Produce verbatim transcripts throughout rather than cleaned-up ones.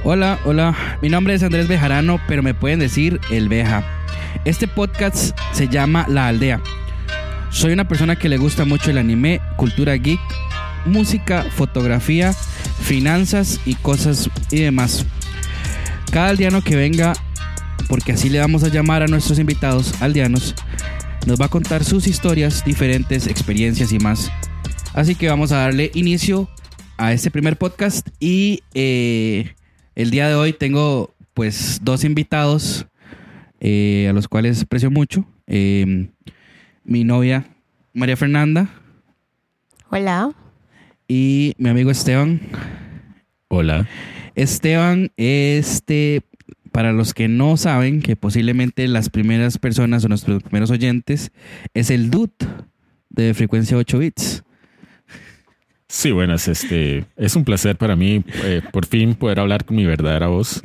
Hola, hola, mi nombre es Andrés Bejarano, pero me pueden decir El Beja. Este podcast se llama La Aldea. Soy una persona que le gusta mucho el anime, cultura geek, música, fotografía, finanzas y cosas y demás. Cada aldeano que venga, porque así le vamos a llamar a nuestros invitados aldeanos, nos va a contar sus historias, diferentes experiencias y más. Así que vamos a darle inicio a este primer podcast y eh, el día de hoy tengo pues dos invitados eh, a los cuales aprecio mucho. Eh, mi novia María Fernanda. Hola. Y mi amigo Esteban. Hola. Esteban, este, para los que no saben, que posiblemente las primeras personas o nuestros primeros oyentes, es el dude de Frecuencia ocho bits. Sí, buenas. Este, es un placer para mí eh, por fin poder hablar con mi verdadera voz.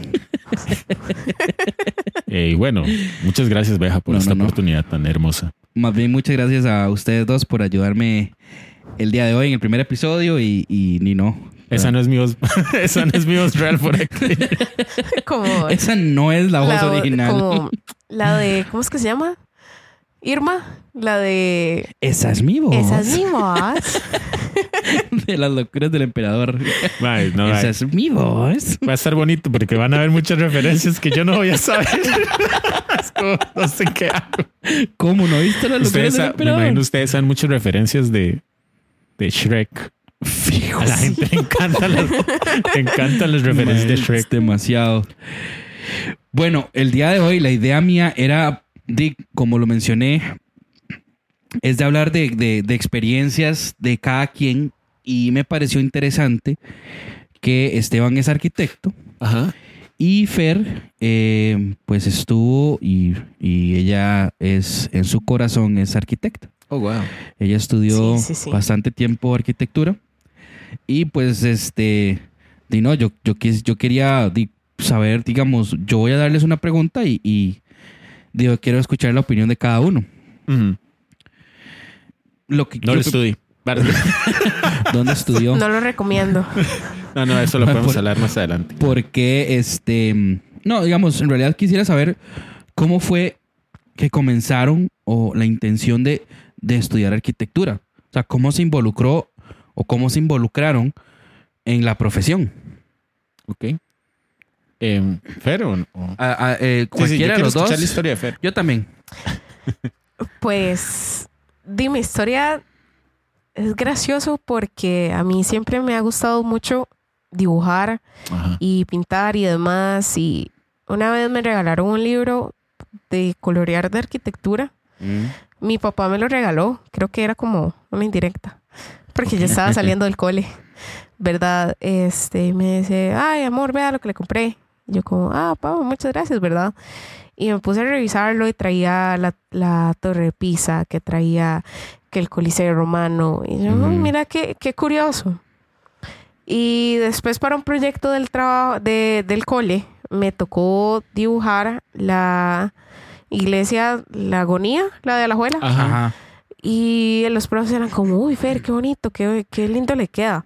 eh, y bueno, muchas gracias, Beja, por no, esta no, no. oportunidad tan hermosa. Más bien, muchas gracias a ustedes dos por ayudarme el día de hoy en el primer episodio y, y ni no. Esa no es mi voz, esa no es mi voz real por aquí. Como Esa no es la voz la, original. Como la de, ¿cómo es que se llama? Irma, la de... Esa es mi voz. Esa es mi voz. De las locuras del emperador. Ay, no, Esa ay. es mi voz. Va a estar bonito porque van a haber muchas referencias que yo no voy a saber. Es como, no sé qué hago. ¿Cómo no viste las locuras Ustedes, del sa- me emperador? imagino ustedes saben muchas referencias de, de Shrek. Fijo. A la gente le encantan las, le encantan las referencias de Man, Shrek. es demasiado. Bueno, el día de hoy la idea mía era, de, como lo mencioné, es de hablar de, de, de experiencias de cada quien y me pareció interesante que Esteban es arquitecto Ajá. y Fer eh, pues estuvo y, y ella es en su corazón es arquitecta. Oh, wow. Ella estudió Sí, sí, sí. bastante tiempo arquitectura y pues este, di, no, yo, yo, quis- yo quería di, saber, digamos, yo voy a darles una pregunta y, y digo, quiero escuchar la opinión de cada uno. Ujú. Lo que, No lo estudié. ¿Dónde estudió? No lo recomiendo. No, no, eso lo podemos Por- hablar más adelante. Porque, este, no, digamos, en realidad quisiera saber cómo fue que comenzaron o la intención de, de estudiar arquitectura. O sea, cómo se involucró o cómo se involucraron en la profesión. Ok. Eh, ¿Fer o no? A- a- eh, Sí, sí, yo cualquiera de quiero los dos. escuchar la historia de Fer. Yo también. Pues, dime, historia es gracioso porque a mí siempre me ha gustado mucho dibujar Ajá. y pintar y demás. Y una vez me regalaron un libro de colorear de arquitectura. Mi papá me lo regaló. Creo que era como una indirecta. Porque yo estaba saliendo del cole. ¿Verdad? Este, me dice, ay, amor, vea lo que le compré. Y yo como, ah, papá, muchas gracias, ¿verdad? Y me puse a revisarlo y traía la, la Torre de Pisa, que traía que el Coliseo Romano. Y yo, Ujú. "Mm, mira qué, qué curioso". Y después para un proyecto del trabajo de, del cole, me tocó dibujar la iglesia, la Agonía, la de Alajuela. Ajá. Ajá. Y los profes eran como, uy, Fer, qué bonito, qué, qué lindo le queda.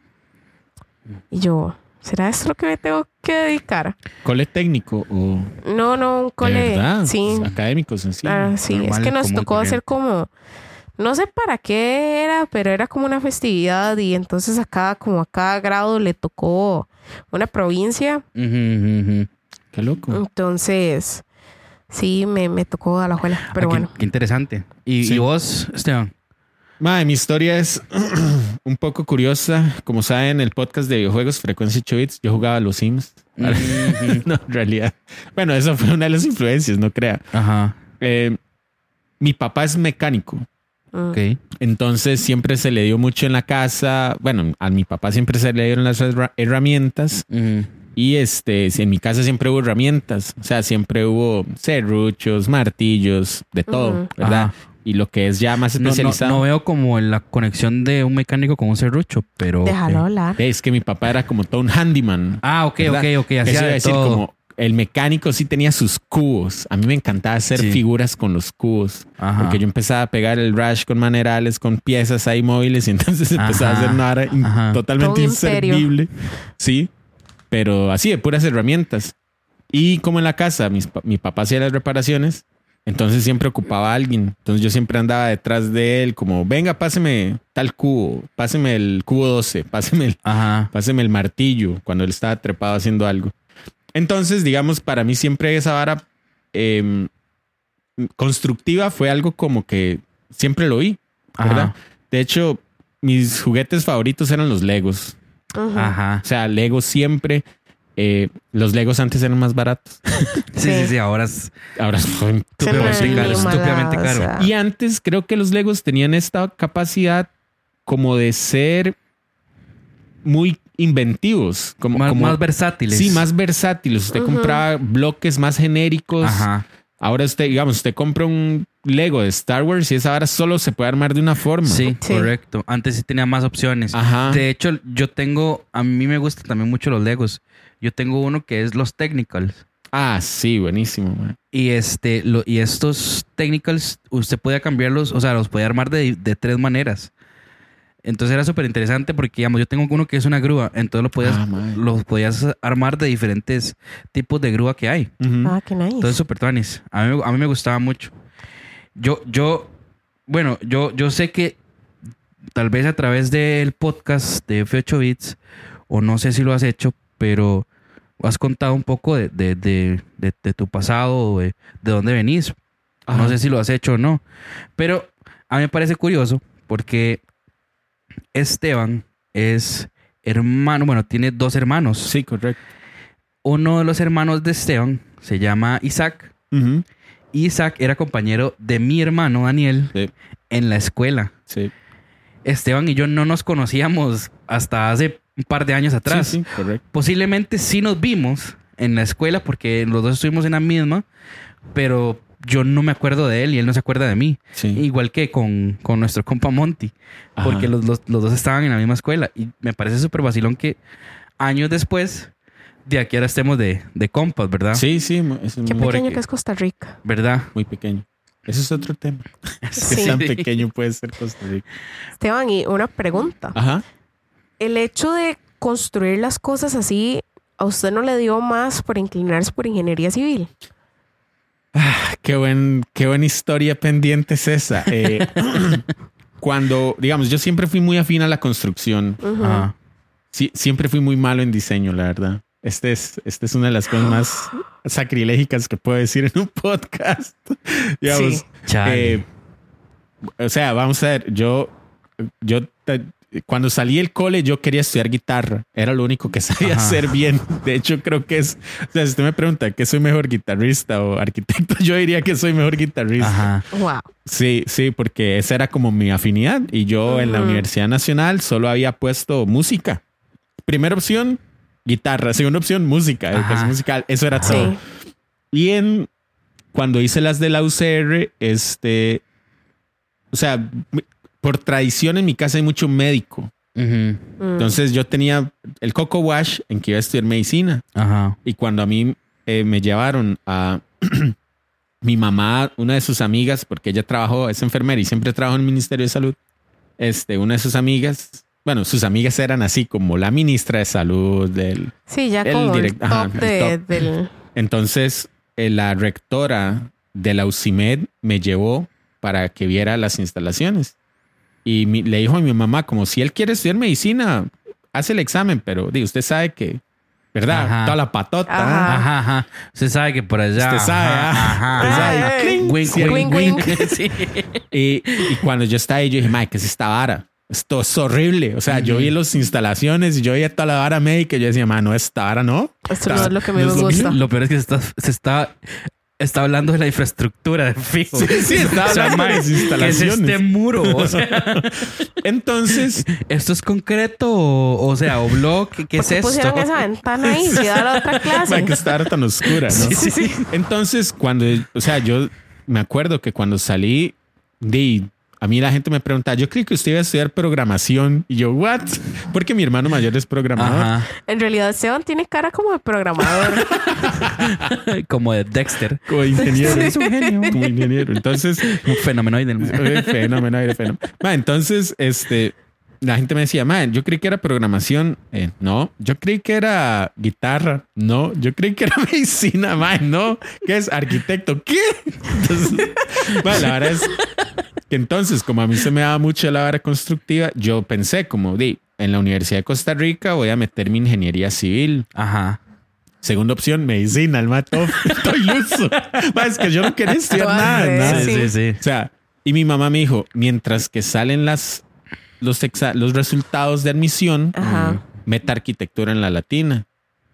Y yo, ¿será esto lo que me tengo que dedicar? ¿Cole técnico o No, no, un de cole. verdad? Sí, Académicos en sí. ah, sí, normal, es que nos común, tocó hacer como, no sé para qué era, pero era como una festividad y entonces a cada, como a cada grado le tocó una provincia. Ujú, ujú, ujú. Qué loco. Entonces, sí, me, me tocó a la abuela, pero Ah, qué- bueno. Qué interesante. ¿Y, Sí. y vos, Esteban? Madre, mi historia es un poco curiosa. Como saben, el podcast de videojuegos Frecuencia ocho bits, yo jugaba a los Sims. Ujú. No, en realidad. Bueno, esa fue una de las influencias, no crea. Ajá. Eh, mi papá es mecánico. Mm. Ok. Entonces siempre se le dio mucho en la casa. Bueno, a mi papá siempre se le dieron las herra- herramientas. Ujú. Y este, en mi casa siempre hubo herramientas. O sea, siempre hubo serruchos, martillos, de todo, Ujú. ¿verdad? Ajá. Y lo que es ya más No, no, especializado. no veo como la conexión de un mecánico con un serrucho, pero... Déjalo ok. hablar. Es que mi papá era como todo un handyman. Ah, ok, ¿verdad? ok, ok. Eso Hacía iba a de decir, todo. como el mecánico sí tenía sus cubos. A mí me encantaba hacer Sí. figuras con los cubos. Ajá. Porque yo empezaba a pegar el rush con manerales, con piezas ahí móviles y entonces empezaba Ajá. a hacer nada Ajá. totalmente Todo un imperio. inservible. Sí. pero así de puras herramientas. Y como en la casa mis, mi papá hacía las reparaciones, entonces siempre ocupaba a alguien. Entonces yo siempre andaba detrás de él como, venga, páseme tal cubo, páseme el cubo doce, páseme el, Ajá. páseme el martillo, cuando él estaba trepado haciendo algo. Entonces, digamos, para mí siempre esa vara eh, constructiva fue algo como que siempre lo vi, ¿verdad? Ajá. De hecho, mis juguetes favoritos eran los Legos. Ujú. Ajá. O sea, Legos siempre. Eh, los Legos antes eran más baratos. Sí, sí, sí, ahora es Ahora son Se me estúpidamente caro. anima Estúpidamente la- caro. o sea, Y antes creo que los Legos tenían esta capacidad como de ser muy inventivos. Como, más, como- más versátiles. Sí, más versátiles. Usted Ujú. compraba bloques más genéricos. Ajá. Ahora usted, digamos, usted compra un Lego de Star Wars y esa ahora solo se puede armar de una forma. Sí, Sí. correcto. Antes sí tenía más opciones. Ajá. De hecho, yo tengo, a mí me gustan también mucho los Legos. Yo tengo uno que es los Technicals. Ah, sí, buenísimo, man. Y este, lo, y estos Technicals, usted podía cambiarlos, o sea, los podía armar de, de tres maneras. Entonces era súper interesante porque, digamos, yo tengo uno que es una grúa, entonces lo podías, Ah, man. los podías armar de diferentes tipos de grúa que hay. Ujú. Ah, qué nice. Entonces, súper tuanis. A mí, a mí me gustaba mucho. Yo, yo, bueno, yo, yo sé que tal vez a través del podcast de F ocho Bits, o no sé si lo has hecho, pero has contado un poco de, de, de, de, de tu pasado, de, de dónde venís. Ajá. No sé si lo has hecho o no. Pero a mí me parece curioso porque Esteban es hermano, bueno, tiene dos hermanos. Sí, correcto. Uno de los hermanos de Esteban se llama Isaac. Ujú. Y Isaac era compañero de mi hermano Daniel Sí, en la escuela. sí. Esteban y yo no nos conocíamos hasta hace un par de años atrás. Sí, sí, correcto. Posiblemente sí nos vimos en la escuela porque los dos estuvimos en la misma, pero yo no me acuerdo de él y él no se acuerda de mí. Sí. Igual que con, con nuestro compa Monty, Ajá. porque los, los- los dos estaban en la misma escuela. Y me parece súper vacilón que años después de aquí ahora estemos de, de compas, ¿verdad? Sí, sí, mo- es Qué muy, Por- pequeño que es Costa Rica. ¿Verdad? muy pequeño. Eso es otro tema. Que Sí. tan pequeño puede ser Costa Rica. Esteban, y una pregunta. Ajá. El hecho de construir las cosas así, ¿a usted no le dio más por inclinarse por ingeniería civil? Qué, buen, qué buena historia pendiente es esa. Eh, cuando, digamos, yo siempre fui muy afín a la construcción. Ujú. Ajá. Sí, siempre fui muy malo en diseño, la verdad. Este es, este es una de las cosas más sacrilégicas que puedo decir en un podcast. Digamos, Sí. Chale. eh, o sea, vamos a ver, yo, yo te- cuando salí del cole yo quería estudiar guitarra. Era lo único que sabía Ajá. hacer bien. De hecho, creo que es, o sea, si usted me pregunta que soy mejor guitarrista o arquitecto, yo diría que soy mejor guitarrista. Ajá. Wow. Sí, sí, porque esa era como mi afinidad. Y yo en la Ujú. Universidad Nacional solo había puesto música. Primera opción, guitarra. Segunda opción, música, Ajá. educación musical. Eso era todo. Sí. Y en cuando hice las de la U C R, este, o sea, mi- por tradición en mi casa hay mucho médico. Ujú. Mm. Entonces yo tenía el coco wash en que iba a estudiar medicina. Ajá. Y cuando a mí eh, me llevaron a mi mamá, una de sus amigas, porque ella trabajó, es enfermera y siempre trabajó en el Ministerio de Salud, este, una de sus amigas, bueno, sus amigas eran así como la ministra de Salud, del, Sí, ya el como el direct- top ajá, el de, top. del... entonces eh, la rectora de la U C I M E D me llevó para que viera las instalaciones y mi- le dijo a mi mamá como si él quiere estudiar medicina, hace el examen, pero di, usted sabe que, ¿verdad? Ajá. Toda la patota. Ajá. Ajá, ajá. Usted sabe que por allá. Usted sabe, Ajá, ah. ajá, Usted sabe. ajá. Ay, Wink, sí, wink, wink, wink. Sí. Y, y cuando yo estaba ahí, yo dije, Mike, ¿qué es esta vara? Esto es horrible. O sea, yo Ujú. vi las instalaciones y yo veía toda la vara médica y yo decía, mano, esta vara no. Esto no es lo que a mí No me es lo gusta. Lo peor es que se está, se está, está hablando de la infraestructura de fijo. Sí, sí, está O sea, hablando de mae, las ¿qué es instalaciones. este muro? O sea, Entonces, ¿esto es concreto o, o sea, o bloque? ¿Qué ¿Por es qué esto? pusieron esa ventana ahí? Si da la otra clase. Mike, esta vara tan oscura, ¿no? Sí, sí, sí. Entonces, cuando, o sea, yo me acuerdo que cuando salí, de, a mí la gente me preguntaba, yo creí que usted iba a estudiar programación. Y yo, ¿what? Porque mi hermano mayor es programador. Ajá. En realidad, Esteban tiene cara como de programador. Como de Dexter. Como ingeniero. Es un genio. Como ingeniero. Entonces, Un fenomenoide. Eh, fenómeno, aire fenómeno. Ma, entonces, este, la gente me decía, man, yo creí que era programación. Eh, no, yo creí que era guitarra. No, yo creí que era medicina. Man, no, ¿qué es? Arquitecto. ¿Qué? Entonces, man, la verdad es que entonces, como a mí se me daba mucho la vara constructiva, yo pensé como, di, en la Universidad de Costa Rica voy a meter mi ingeniería civil. Ajá. Segunda opción, medicina. El mato, estoy iluso. Man, es que yo no quería estudiar nada, Sí, nada. Sí, sí, sí. O sea, y mi mamá me dijo, mientras que salen las, los, exa- los resultados de admisión, Ajá. meta arquitectura en la Latina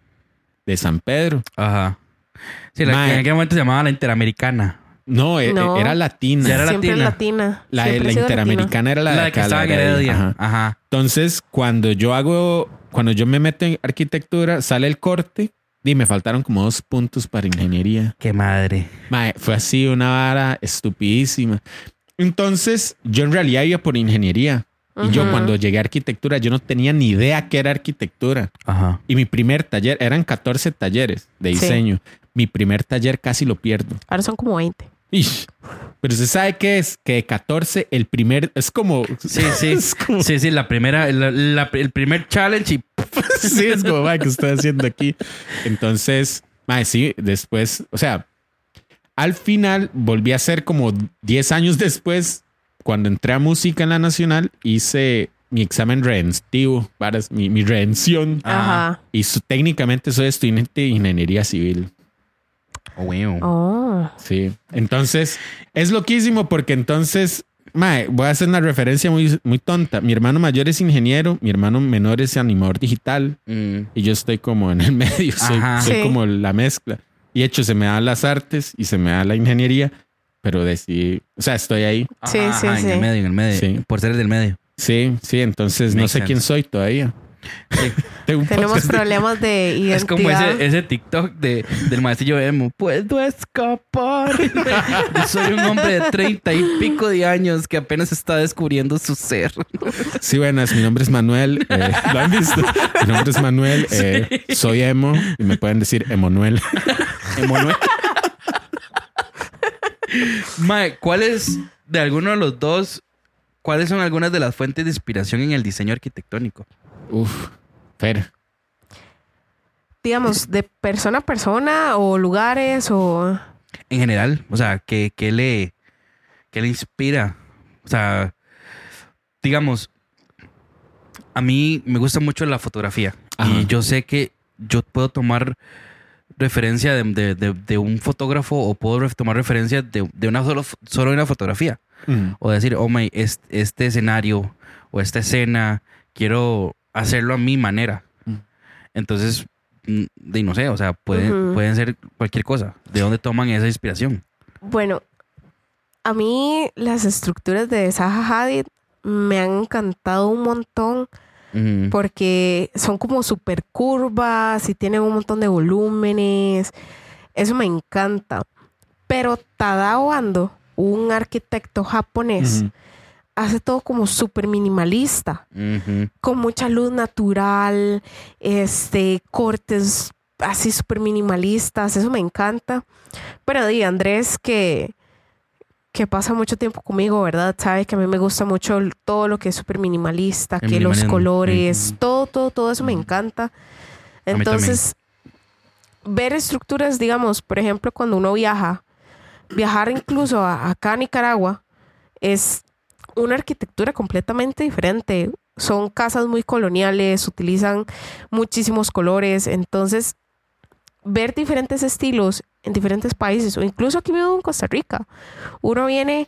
de San Pedro. Ajá. Sí, la, Mae. en aquel momento se llamaba la Interamericana. No, e- No. era Latina. Ya era Siempre latina. latina. La, Siempre la ha sido Interamericana era la, La, de de acá, que estaba en la de Heredia. Heredia. Ajá. Ajá. Entonces, cuando yo hago, cuando yo me meto en arquitectura, sale el corte y me faltaron como dos puntos para ingeniería. Qué madre. Mae, fue así una vara estupidísima. Entonces, yo en realidad iba por ingeniería. Y yo Ujú. cuando llegué a arquitectura, yo no tenía ni idea qué era arquitectura. Ajá. Y mi primer taller, eran catorce talleres de Sí. diseño. Mi primer taller casi lo pierdo. Ahora son como veinte. Ish. Pero usted sabe qué es, que de catorce el primer, es como... Sí, sí. es como, Sí, sí, la primera, la- la- el primer challenge y sí, es como, mae, ¿qué estoy haciendo aquí? Entonces, mae, sí, después, o sea, al final volví a hacer como diez años después, cuando entré a música en la Nacional, hice mi examen redentivo, varas, mi, mi redención. Ajá. Ajá. Y su- técnicamente soy estudiante de ingeniería civil. Oh, wow. Oh. Sí. Entonces, es loquísimo porque entonces, mae, voy a hacer una referencia muy, muy tonta. Mi hermano mayor es ingeniero, mi hermano menor es animador digital Mm. y yo estoy como en el medio, soy, Ajá. soy Sí. como la mezcla. Y de hecho, se me dan las artes y se me da la ingeniería, pero decidí, o sea, estoy ahí. Sí, Ajá, sí, ajá, En sí. el medio, en el medio. Sí. Por ser el del medio. Sí, sí, entonces no Makes sé quién sense. soy todavía. Sí. Tengo un Tenemos podcast de- problemas de identidad. Es como ese, ese TikTok de, del maestrillo emo. Puedo escapar. Yo soy un hombre de treinta y pico de años que apenas está descubriendo su ser. Sí, buenas, mi nombre es Manuel. eh, ¿Lo han visto? Mi nombre es Manuel. eh, soy emo y me pueden decir Emanuel. Emanuel. Mae, ¿cuáles de alguno de los dos, cuáles son algunas de las fuentes de inspiración en el diseño arquitectónico? Uf, Fer. Digamos, de persona a persona o lugares o... En general, o sea, ¿qué, qué le, qué le inspira? O sea, digamos, a mí me gusta mucho la fotografía. Ajá. Y yo sé que yo puedo tomar referencia de, de- de- de un fotógrafo o puedo ref- tomar referencia de, de una solo, solo de una fotografía. Mm. O decir, oh my, este, este escenario o esta escena, quiero hacerlo a mi manera. Mm. Entonces, mm, de no sé, o sea, pueden, Ujú. pueden ser cualquier cosa. ¿De dónde toman esa inspiración? Bueno, a mí las estructuras de Zaha Hadid me han encantado un montón Ujú. porque son como súper curvas y tienen un montón de volúmenes. Eso me encanta. Pero Tadao Ando, un arquitecto japonés, Ujú. hace todo como súper minimalista, Ujú. con mucha luz natural, este, cortes así súper minimalistas. Eso me encanta. Pero di Andrés, que, que pasa mucho tiempo conmigo, ¿verdad? Sabe que a mí me gusta mucho l- todo lo que es súper minimalista, El que los minimalismo. colores, Ujú. todo, todo, todo eso me Ujú. encanta. mí Entonces, ver estructuras, digamos, por ejemplo, cuando uno viaja, viajar incluso a- acá a Nicaragua es una arquitectura completamente diferente. Son casas muy coloniales, utilizan muchísimos colores. Entonces, ver diferentes estilos en diferentes países, o incluso aquí mismo en Costa Rica. Uno viene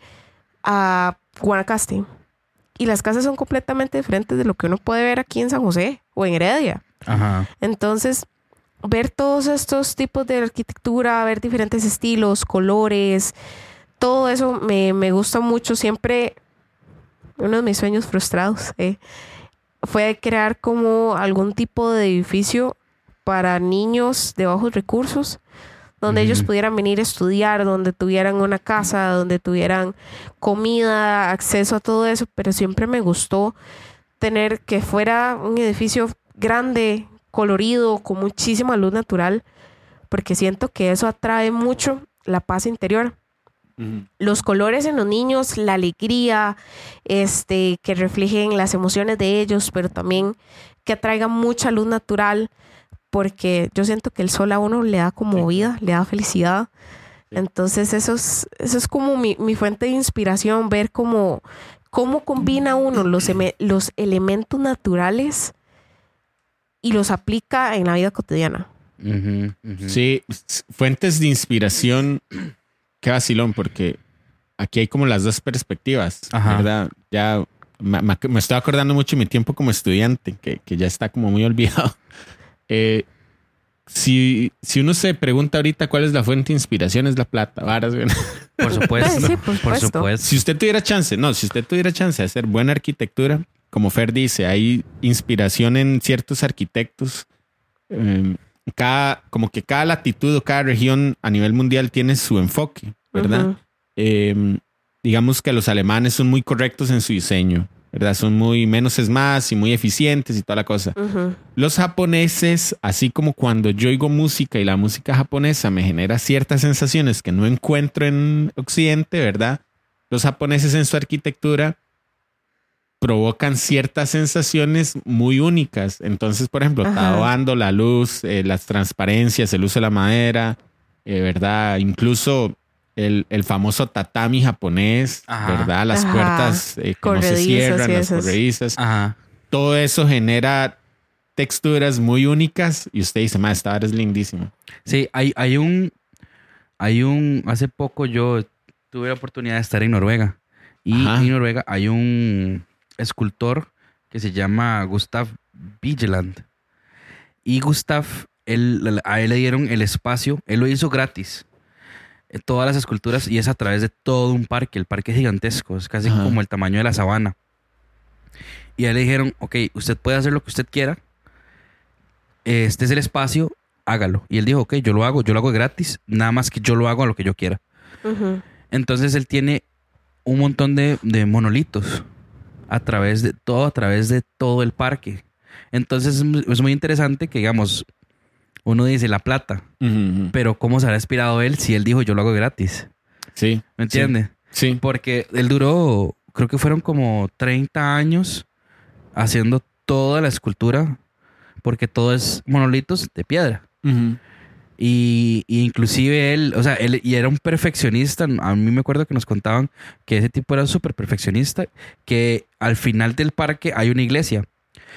a Guanacaste y las casas son completamente diferentes de lo que uno puede ver aquí en San José o en Heredia. Ajá. Entonces, ver todos estos tipos de arquitectura, ver diferentes estilos, colores, todo eso me, me gusta mucho. Siempre, uno de mis sueños frustrados eh, fue crear como algún tipo de edificio para niños de bajos recursos, donde Ujú. ellos pudieran venir a estudiar, donde tuvieran una casa, donde tuvieran comida, acceso a todo eso, pero siempre me gustó tener que fuera un edificio grande, colorido, con muchísima luz natural, porque siento que eso atrae mucho la paz interior. Uh-huh. Los colores en los niños, la alegría, este, que reflejen las emociones de ellos, pero también que atraigan mucha luz natural, porque yo siento que el sol a uno le da como vida, le da felicidad. Entonces eso es, eso es como mi, mi fuente de inspiración, ver cómo, cómo combina uno los, los elementos naturales y los aplica en la vida cotidiana. Uh-huh, uh-huh. Sí, fuentes de inspiración, qué vacilón, porque aquí hay como las dos perspectivas, Ajá. ¿verdad? Ya me, me estoy acordando mucho de mi tiempo como estudiante, que, que ya está como muy olvidado. Eh, Si, si uno se pregunta ahorita cuál es la fuente de inspiración, es la plata. Varas, por supuesto, sí, por, por supuesto. Si usted tuviera chance, no, si usted tuviera chance de hacer buena arquitectura, como Fer dice, hay inspiración en ciertos arquitectos. Eh, cada, como que cada latitud o cada región a nivel mundial tiene su enfoque, ¿verdad? Uh-huh. Eh, digamos que los alemanes son muy correctos en su diseño, ¿verdad? Son muy menos es más y muy eficientes y toda la cosa. Uh-huh. Los japoneses, así como cuando yo oigo música y la música japonesa me genera ciertas sensaciones que no encuentro en Occidente, ¿verdad? Los japoneses en su arquitectura provocan ciertas sensaciones muy únicas. Entonces, por ejemplo, uh-huh. Tao Ando, la luz, eh, las transparencias, el uso de la madera, eh, ¿verdad? Incluso El, el famoso tatami japonés, Ajá. ¿verdad? Las Ajá. puertas eh, que no se cierran, las corredizas. Ajá. Todo eso genera texturas muy únicas y usted dice, ma, esta vara es lindísima. Sí, hay, hay un... Hay un... Hace poco yo tuve la oportunidad de estar en Noruega. Y Ajá. en Noruega hay un escultor que se llama Gustav Vigeland. Y Gustav, él, a él le dieron el espacio. Él lo hizo gratis. Todas las esculturas, y es a través de todo un parque. El parque es gigantesco, es casi Ajá. como el tamaño de la sabana. Y a él le dijeron, ok, usted puede hacer lo que usted quiera, este es el espacio, hágalo. Y él dijo, ok, yo lo hago, yo lo hago gratis, nada más que yo lo hago a lo que yo quiera. Uh-huh. Entonces él tiene un montón de, de monolitos a través de todo, a través de todo el parque. Entonces es muy interesante que, digamos, uno dice la plata, uh-huh. pero ¿cómo se habrá inspirado él si él dijo yo lo hago gratis? Sí. ¿Me entiende? Sí. sí. Porque él duró, creo que fueron como treinta años haciendo toda la escultura, porque todo es monolitos de piedra. Uh-huh. Y, y inclusive él, o sea, él y era un perfeccionista. A mí me acuerdo que nos contaban que ese tipo era súper perfeccionista, que al final del parque hay una iglesia.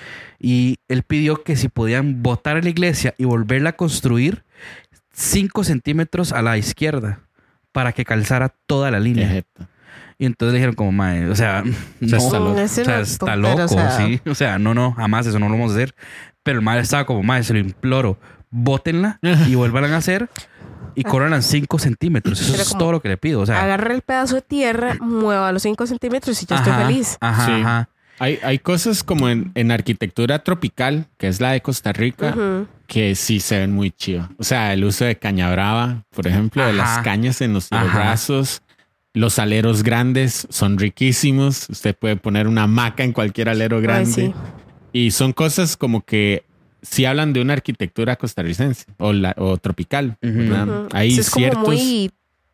Y él pidió que si podían botar a la iglesia y volverla a construir cinco centímetros a la izquierda para que calzara toda la línea. Ejeta. Y entonces le dijeron como, mae, o sea, no, está loco, o sea, está loco, o sea, sí. O sea, no, no, jamás eso no lo vamos a hacer. Pero el mae estaba como, mae, se lo imploro, bótenla y vuelvan a hacer y córranla cinco centímetros. Eso Pero es todo lo que le pido. O sea, agarra el pedazo de tierra, mueva los cinco centímetros y ya ajá, estoy feliz. Ajá, sí. ajá. Hay, hay cosas como en, en arquitectura tropical, que es la de Costa Rica, uh-huh. que sí se ven muy chido. O sea, el uso de caña brava, por ejemplo, Ajá. de las cañas en los brazos. Los aleros grandes son riquísimos. Usted puede poner una hamaca en cualquier alero grande. Ay, sí. Y son cosas como que sí hablan de una arquitectura costarricense o, la, o tropical. Uh-huh. Uh-huh. Hay sí, es ciertos... como muy...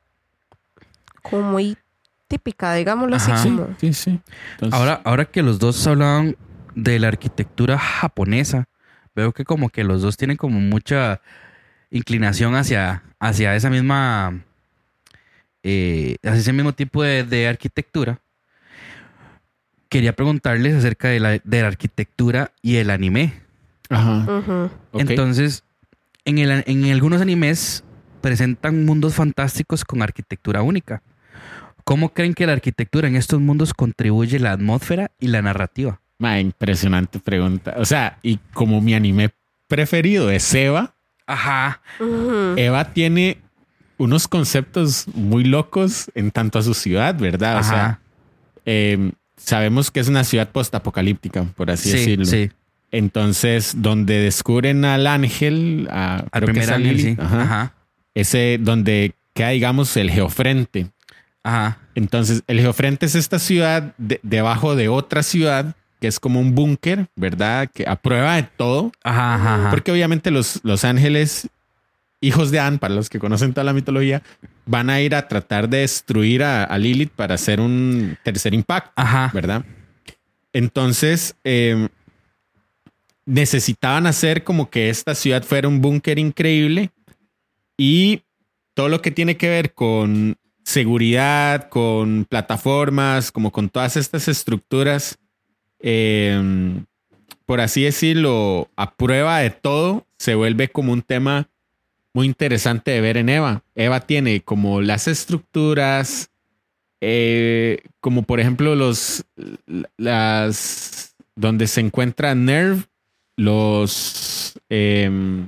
Como muy... típica, digámoslo Ajá. así. Como... Sí, sí. Entonces... Ahora, ahora que los dos hablaban de la arquitectura japonesa, veo que como que los dos tienen como mucha inclinación hacia, hacia esa misma, eh, hacia ese mismo tipo de, de arquitectura. Quería preguntarles acerca de la, de la arquitectura y el anime. Ajá. Uh-huh. Okay. Entonces, en, el, en algunos animes presentan mundos fantásticos con arquitectura única. ¿Cómo creen que la arquitectura en estos mundos contribuye a la atmósfera y la narrativa? Ma, impresionante pregunta. O sea, y como mi anime preferido es Eva. Ajá. Uh-huh. Eva tiene unos conceptos muy locos en tanto a su ciudad, ¿verdad? Ajá. O sea, eh, sabemos que es una ciudad postapocalíptica, por así sí, decirlo. Sí. Entonces, donde descubren al ángel, a, al primer ángel, sí. Ajá, Ajá. Ese donde queda, digamos, el geofrente. Ajá. Entonces, el geofrente es esta ciudad de, debajo de otra ciudad que es como un búnker, ¿verdad? Que a prueba de todo. Ajá, ajá, ajá. Porque obviamente los, los ángeles hijos de An, para los que conocen toda la mitología, van a ir a tratar de destruir a, a Lilith para hacer un tercer impacto, Ajá. ¿verdad? Entonces, eh, necesitaban hacer como que esta ciudad fuera un búnker increíble y todo lo que tiene que ver con seguridad, con plataformas, como con todas estas estructuras, eh, por así decirlo, a prueba de todo, se vuelve como un tema muy interesante de ver en Eva. Eva tiene como las estructuras, eh, como por ejemplo los las donde se encuentra Nerve, los eh,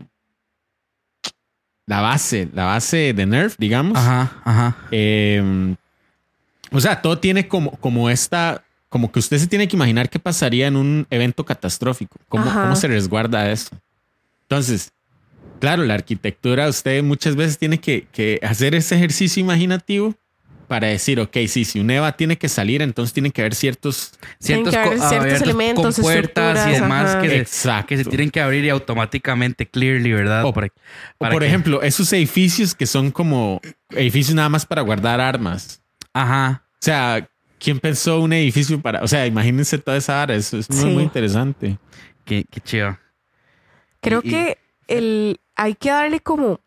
la base, la base de Nerve, digamos. Ajá, ajá. Eh, o sea, todo tiene como, como esta, como que usted se tiene que imaginar qué pasaría en un evento catastrófico. ¿Cómo, cómo se resguarda eso? Entonces, claro, la arquitectura, usted muchas veces tiene que, que hacer ese ejercicio imaginativo para decir, ok, sí, si un Eva tiene que salir, entonces tienen que haber ciertos... Ciertos, que haber co- ciertos abiertos elementos, con puertas y demás ajá. que se, Exacto. que se tienen que abrir y automáticamente, clearly, ¿verdad? O, Para- o para por que- ejemplo, esos edificios que son como edificios nada más para guardar armas. Ajá. O sea, ¿quién pensó un edificio para...? O sea, imagínense toda esa área. Eso es muy, Sí. muy interesante. Qué, qué chido. Creo Y- y- que el, hay que darle como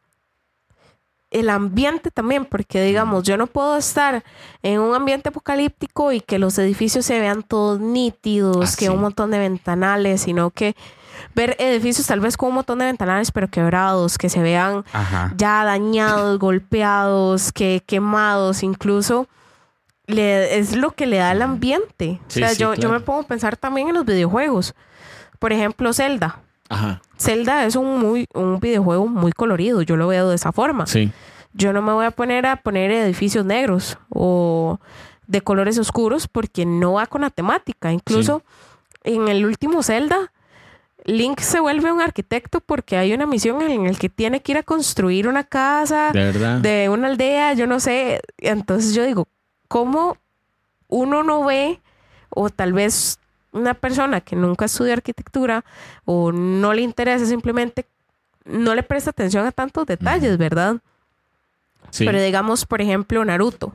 el ambiente también, porque digamos, yo no puedo estar en un ambiente apocalíptico y que los edificios se vean todos nítidos, Ah, que sí. un montón de ventanales, sino que ver edificios tal vez con un montón de ventanales, pero quebrados, que se vean Ajá. ya dañados, golpeados, que quemados, incluso le, es lo que le da el ambiente. Sí, o sea, sí, yo, yo claro. me pongo a pensar también en los videojuegos. Por ejemplo, Zelda. Ajá. Zelda es un, muy, un videojuego muy colorido, yo lo veo de esa forma. Sí. Yo no me voy a poner a poner edificios negros o de colores oscuros porque no va con la temática. Incluso en el último Zelda, Link se vuelve un arquitecto porque hay una misión en la que tiene que ir a construir una casa De verdad. de una aldea, yo no sé. Entonces yo digo, ¿cómo uno no ve o tal vez una persona que nunca estudia arquitectura o no le interesa, simplemente no le presta atención a tantos detalles, ¿verdad? Sí. Pero digamos, por ejemplo, Naruto.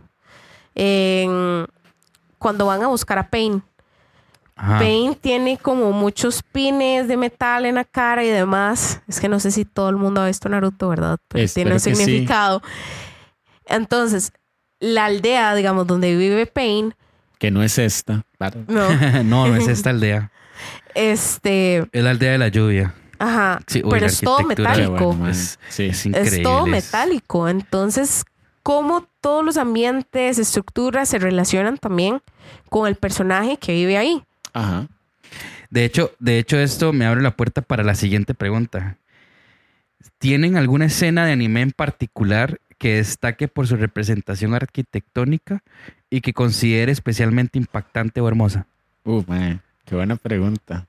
En- cuando van a buscar a Pain, Ajá. Pain tiene como muchos pines de metal en la cara y demás. Es que no sé si todo el mundo ha visto Naruto, ¿verdad? Pero Espero tiene un que sí. significado. Entonces, la aldea, digamos, donde vive Pain, Que no es esta. Claro. no, no, no es esta aldea. este, Es la aldea de la lluvia. ajá, Sí, uy, pero la es todo arquitectura, Qué metálico. bueno, man. Es- Sí. Es increíble. Es todo metálico. Entonces, cómo todos los ambientes, estructuras se relacionan también con el personaje que vive ahí. Ajá. De hecho, de hecho, esto me abre la puerta para la siguiente pregunta. ¿Tienen alguna escena de anime en particular que destaque por su representación arquitectónica y que considere especialmente impactante o hermosa? Uh, man. Qué buena pregunta.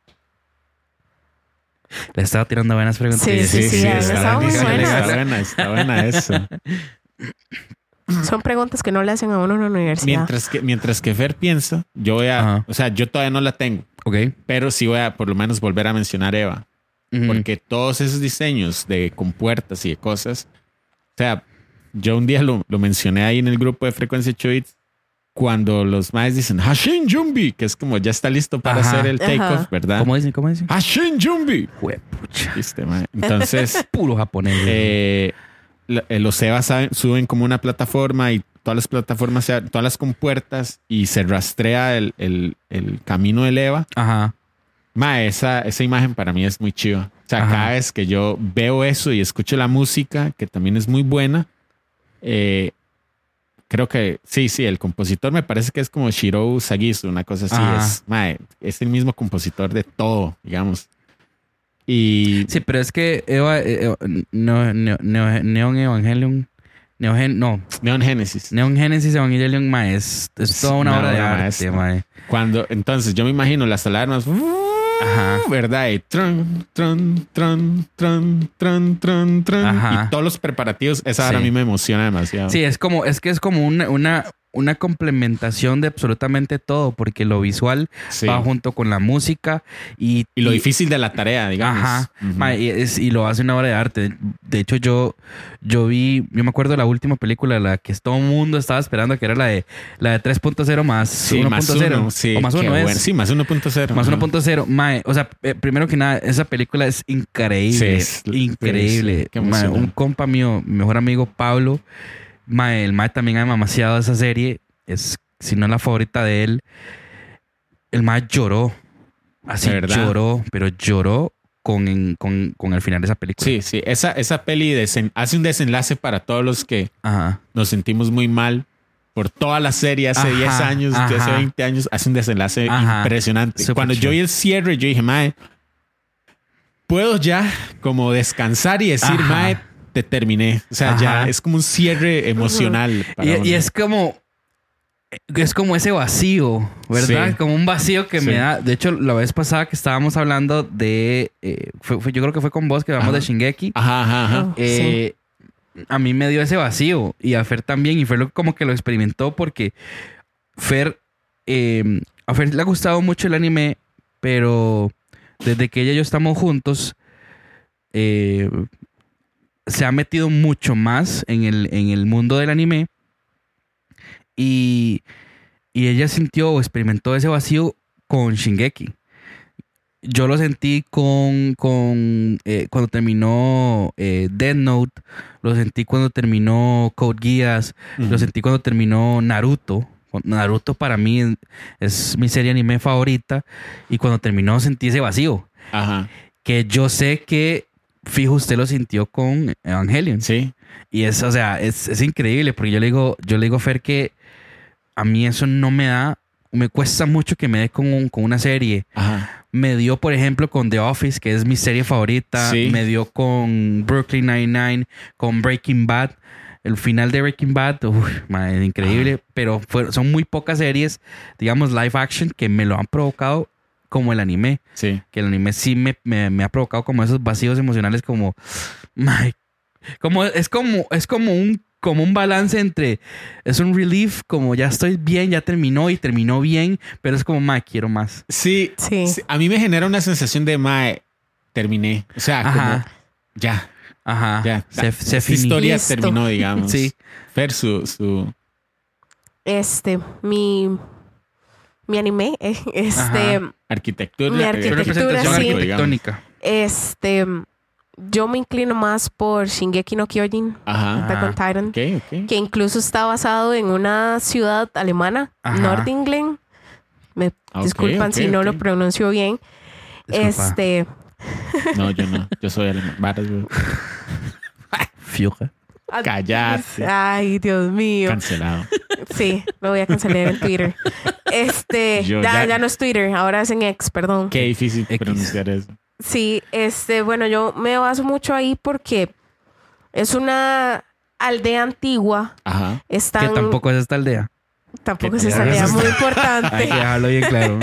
Le estaba tirando buenas preguntas. Sí, sí, sí, está, está muy buena, buena. está buena, está buena eso. Son preguntas que no le hacen a uno en la universidad. Mientras que, mientras que Fer piensa, yo voy a, Ajá. o sea, yo todavía no la tengo, Ok. pero sí voy a por lo menos volver a mencionar Eva, Ujú. porque todos esos diseños de compuertas y de cosas, o sea, yo un día lo, lo mencioné ahí en el grupo de Frecuencia ocho bits cuando los maes dicen Hashin Jumbi, que es como ya está listo para Ajá. hacer el takeoff, Ajá. ¿verdad? ¿Cómo dicen? ¿Cómo dicen? Hashin Jumbi. Juepucha. ¿Viste, mae? Entonces, Puro japonés. eh, la- eh, los Evas saben- suben como una plataforma y todas las plataformas, se- todas las compuertas y se rastrea el, el- el camino del Eva. Ajá. Ma, esa, esa imagen para mí es muy chiva. O sea, Ajá. cada vez que yo veo eso y escucho la música, que también es muy buena, eh, creo que sí, sí, el compositor me parece que es como Shirou Sagisu, una cosa así. Ajá. Es, ma, es el mismo compositor de todo, digamos. Y Sí, pero es que Eva, eh, eh, no, no, no, Neon Evangelion, Neon, no, Neon Genesis. Neon Genesis Evangelion, ma, es, es Es toda una una obra de obra arte, maestra. ma. Cuando, entonces yo me imagino las alarmas, Ajá. ¿verdad? Y tron, tron, tron, tron, tron, tron, tron. Ajá. Y todos los preparativos, esa ahora Sí. a mí me emociona demasiado. Sí, es como, es que es como una, una, una complementación de absolutamente todo, porque lo visual Sí. va junto con la música y, Y lo difícil de la tarea, digamos. Ajá. Ujú. Ma, y, es- y lo hace una obra de arte. De hecho, yo, yo vi, yo me acuerdo de la última película, la que todo el mundo estaba esperando, que era la de la de tres punto cero más Sí, uno más punto cero. uno. Sí, o más qué uno es. bueno. Sí, más uno punto cero. Más Ajá. uno punto cero. Mae, o sea, eh, primero que nada, esa película es increíble. Sí, es- increíble. sí, sí, qué Mae, emocionante. un compa mío, mi mejor amigo Pablo, mae, el mae también ha demasiado esa serie. Es, si no es la favorita de él. El mae lloró. Así ¿De verdad? lloró, pero lloró con, con, con el final de esa película. Sí, sí. Esa, esa peli desen- hace un desenlace para todos los que Ajá. nos sentimos muy mal por toda la serie hace Ajá, diez años, de hace ajá. veinte años. Hace un desenlace Ajá. impresionante. Súper Cuando yo chido. vi el cierre, yo dije, mae, puedo ya como descansar y decir, Ajá. mae, te terminé. O sea, ya Ajá. es como un cierre emocional. para Y, uno. y es como es como ese vacío, ¿verdad? Sí. Como un vacío que Sí. me da. De hecho, la vez pasada que estábamos hablando de eh, fue- fue- yo creo que fue con vos que hablamos Ajá. de Shingeki. Ajá, ajá, ajá. Oh, eh, A mí me dio ese vacío y a Fer también. Y Fer lo- como que lo experimentó porque Fer eh, a Fer le ha gustado mucho el anime, pero desde que ella y yo estamos juntos eh, se ha metido mucho más en el, en el mundo del anime y, y ella sintió o experimentó ese vacío con Shingeki. Yo lo sentí con, con eh, cuando terminó eh, Death Note, lo sentí cuando terminó Code Geass, Ujú. lo sentí cuando terminó Naruto. Naruto para mí es, es mi serie anime favorita y cuando terminó sentí ese vacío Ajá. que yo sé que fijo usted lo sintió con Evangelion. Sí. Y es, o sea, es, es increíble porque yo le digo, yo le digo a Fer que a mí eso no me da, me cuesta mucho que me dé con, un- con una serie. Ajá. Me dio, por ejemplo, con The Office, que es mi serie favorita. Sí. Me dio con Brooklyn Nine-Nine, con Breaking Bad. El final de Breaking Bad, uf, man, es increíble. Pero fue- son muy pocas series, digamos, live action, que me lo han provocado como el anime. Sí. Que el anime sí me, me, me ha provocado como esos vacíos emocionales como... my- como es como es como un como un balance entre es un relief como ya estoy bien, ya terminó y terminó bien, pero es como ma, quiero más. Sí, Sí. sí, a mí me genera una sensación de mae, terminé. O sea, como Ajá. ya, Ajá. ya. Se, se Esta finí. historia Listo. terminó, digamos. Sí. Fer, su, su Este, mi, mi anime, eh, este, Ajá. arquitectura. Mi eh, Su arquitectura, representación sí. arquitectónica. este, yo me inclino más por Shingeki no Kyojin, Ajá. Attack on Titan, Ok, ok. que incluso está basado en una ciudad alemana, Ajá. Nordinglen. Me Ok, disculpan ok, si no ok. lo pronuncio bien. Disculpa. Este, No, yo no. Yo soy alemán. Varas, güey. Fiuja. Cállate. Ay, Dios mío. Cancelado. Sí, lo voy a cancelar en Twitter. Este, Yo ya, ya- ya no es Twitter, ahora es en X, perdón. Qué difícil X. pronunciar eso. Sí, este, bueno, yo me baso mucho ahí porque es una aldea antigua. Ajá. Están, Que tampoco es esta aldea. tampoco que es esa tampoco aldea es muy Hay importante. que dejarlo bien claro.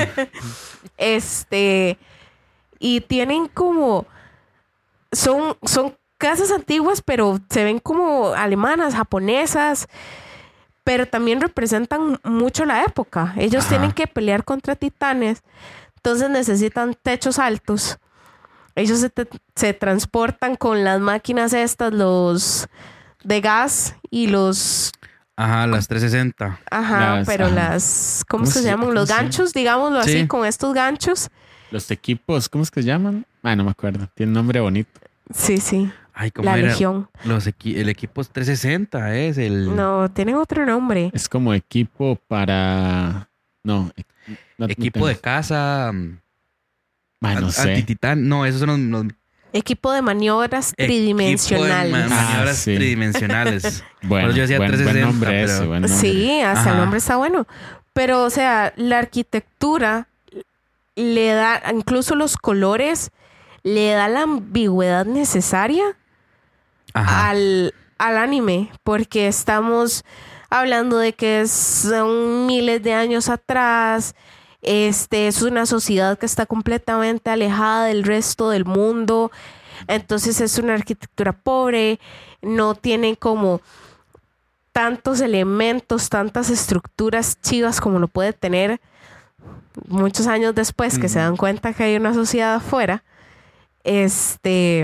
Este, y tienen como, son, son casas antiguas, pero se ven como alemanas, japonesas, pero también representan mucho la época. Ellos Ajá. tienen que pelear contra titanes, entonces necesitan techos altos. Ellos se, te- se transportan con las máquinas estas, los de gas y los, Ajá, las trescientos sesenta. ajá, Las- pero ajá. las, ¿cómo, ¿Cómo se se- llaman? cómo Los se llama? ganchos, digámoslo así, Sí. con estos ganchos. Los equipos, ¿cómo es que se llaman? Ah, no me acuerdo. Tiene un nombre bonito. Sí, sí, Ay, ¿cómo la era? legión. Los equi- el equipo trescientos sesenta es el No, tienen otro nombre. Es como equipo para. No. e- no- no equipo de tengo- casa. mm, Ah, no an- sé. Antititán. No, esos son los, los Equipo de maniobras equipo de tridimensionales. ma- maniobras Ah, sí. tridimensionales. Bueno, Pero yo decía buen, buen trescientos sesenta, nombre pero- ese, buen nombre. Sí, hasta Ajá. el nombre está bueno. Pero, o sea, la arquitectura le da, incluso los colores, le da la ambigüedad necesaria Ajá. al, al anime, porque estamos hablando de que son miles de años atrás. Este es una sociedad que está completamente alejada del resto del mundo. Entonces es una arquitectura pobre. No tienen como tantos elementos, tantas estructuras chivas como lo puede tener muchos años después, que Ujú. se dan cuenta que hay una sociedad afuera. Este,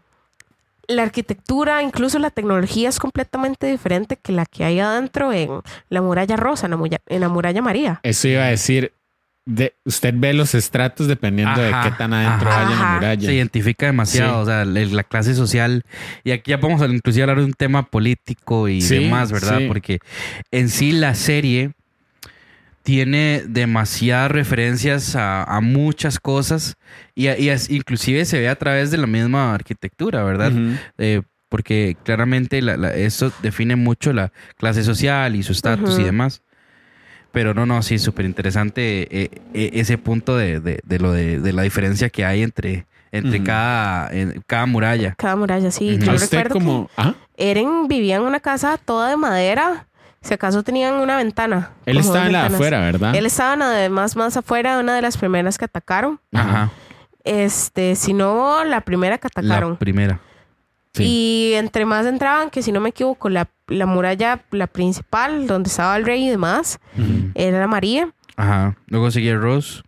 la arquitectura, incluso la tecnología es completamente diferente que la que hay adentro en la muralla rosa, en la, muralla, en la muralla María. Eso iba a decir. De, usted ve los estratos dependiendo Ajá, de qué tan adentro ajá. vaya en la Ajá. muralla. Se identifica demasiado, Sí. o sea, la, la clase social. Y aquí ya podemos inclusive hablar de un tema político y Sí, demás, ¿verdad? sí. Porque en sí la serie tiene demasiadas referencias a, a muchas cosas y, a- y as- inclusive se ve a través de la misma arquitectura, ¿verdad? Ujú. Eh, porque claramente la, la- eso define mucho la clase social y su estatus Ujú. y demás. Pero no, no, sí, súper interesante eh, eh, ese punto de, de, de lo de, de la diferencia que hay entre, entre Ujú. cada, en cada muralla. Cada muralla, sí. Ujú. Yo A usted recuerdo como... que ¿Ah? Eren vivía en una casa toda de madera. Si acaso tenían una ventana. Él como estaba dos en la de ventanas. afuera, ¿verdad? Él estaba en la de más, más afuera, una de las primeras que atacaron. Ajá. Este, si no, la primera que atacaron. La primera. Sí. Y entre más entraban, que si no me equivoco, la, la muralla, la principal, donde estaba el rey y demás, Ujú. era la María. Ajá. Luego seguía Rose.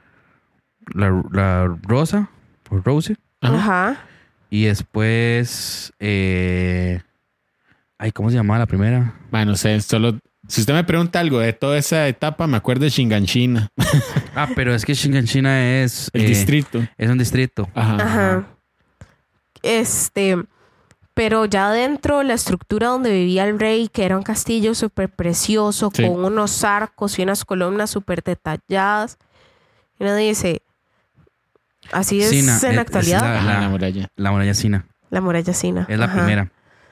La, la Rosa. O Rose. Ajá. Ajá. Y después. Eh... Ay, ¿cómo se llamaba la primera? Bueno, no sé, solo... Si usted me pregunta algo de toda esa etapa, me acuerdo de Shinganshina, Ah, pero es que Shinganshina es. el eh, distrito. Es un distrito. Ajá. Ajá. Este, pero ya dentro, la estructura donde vivía el rey, que era un castillo súper precioso, Sí. con unos arcos y unas columnas súper detalladas. Y uno dice, así es Sina, en es- la es actualidad. la- Ajá, la muralla. La muralla Sina. La muralla Sina. Es la Ajá. primera.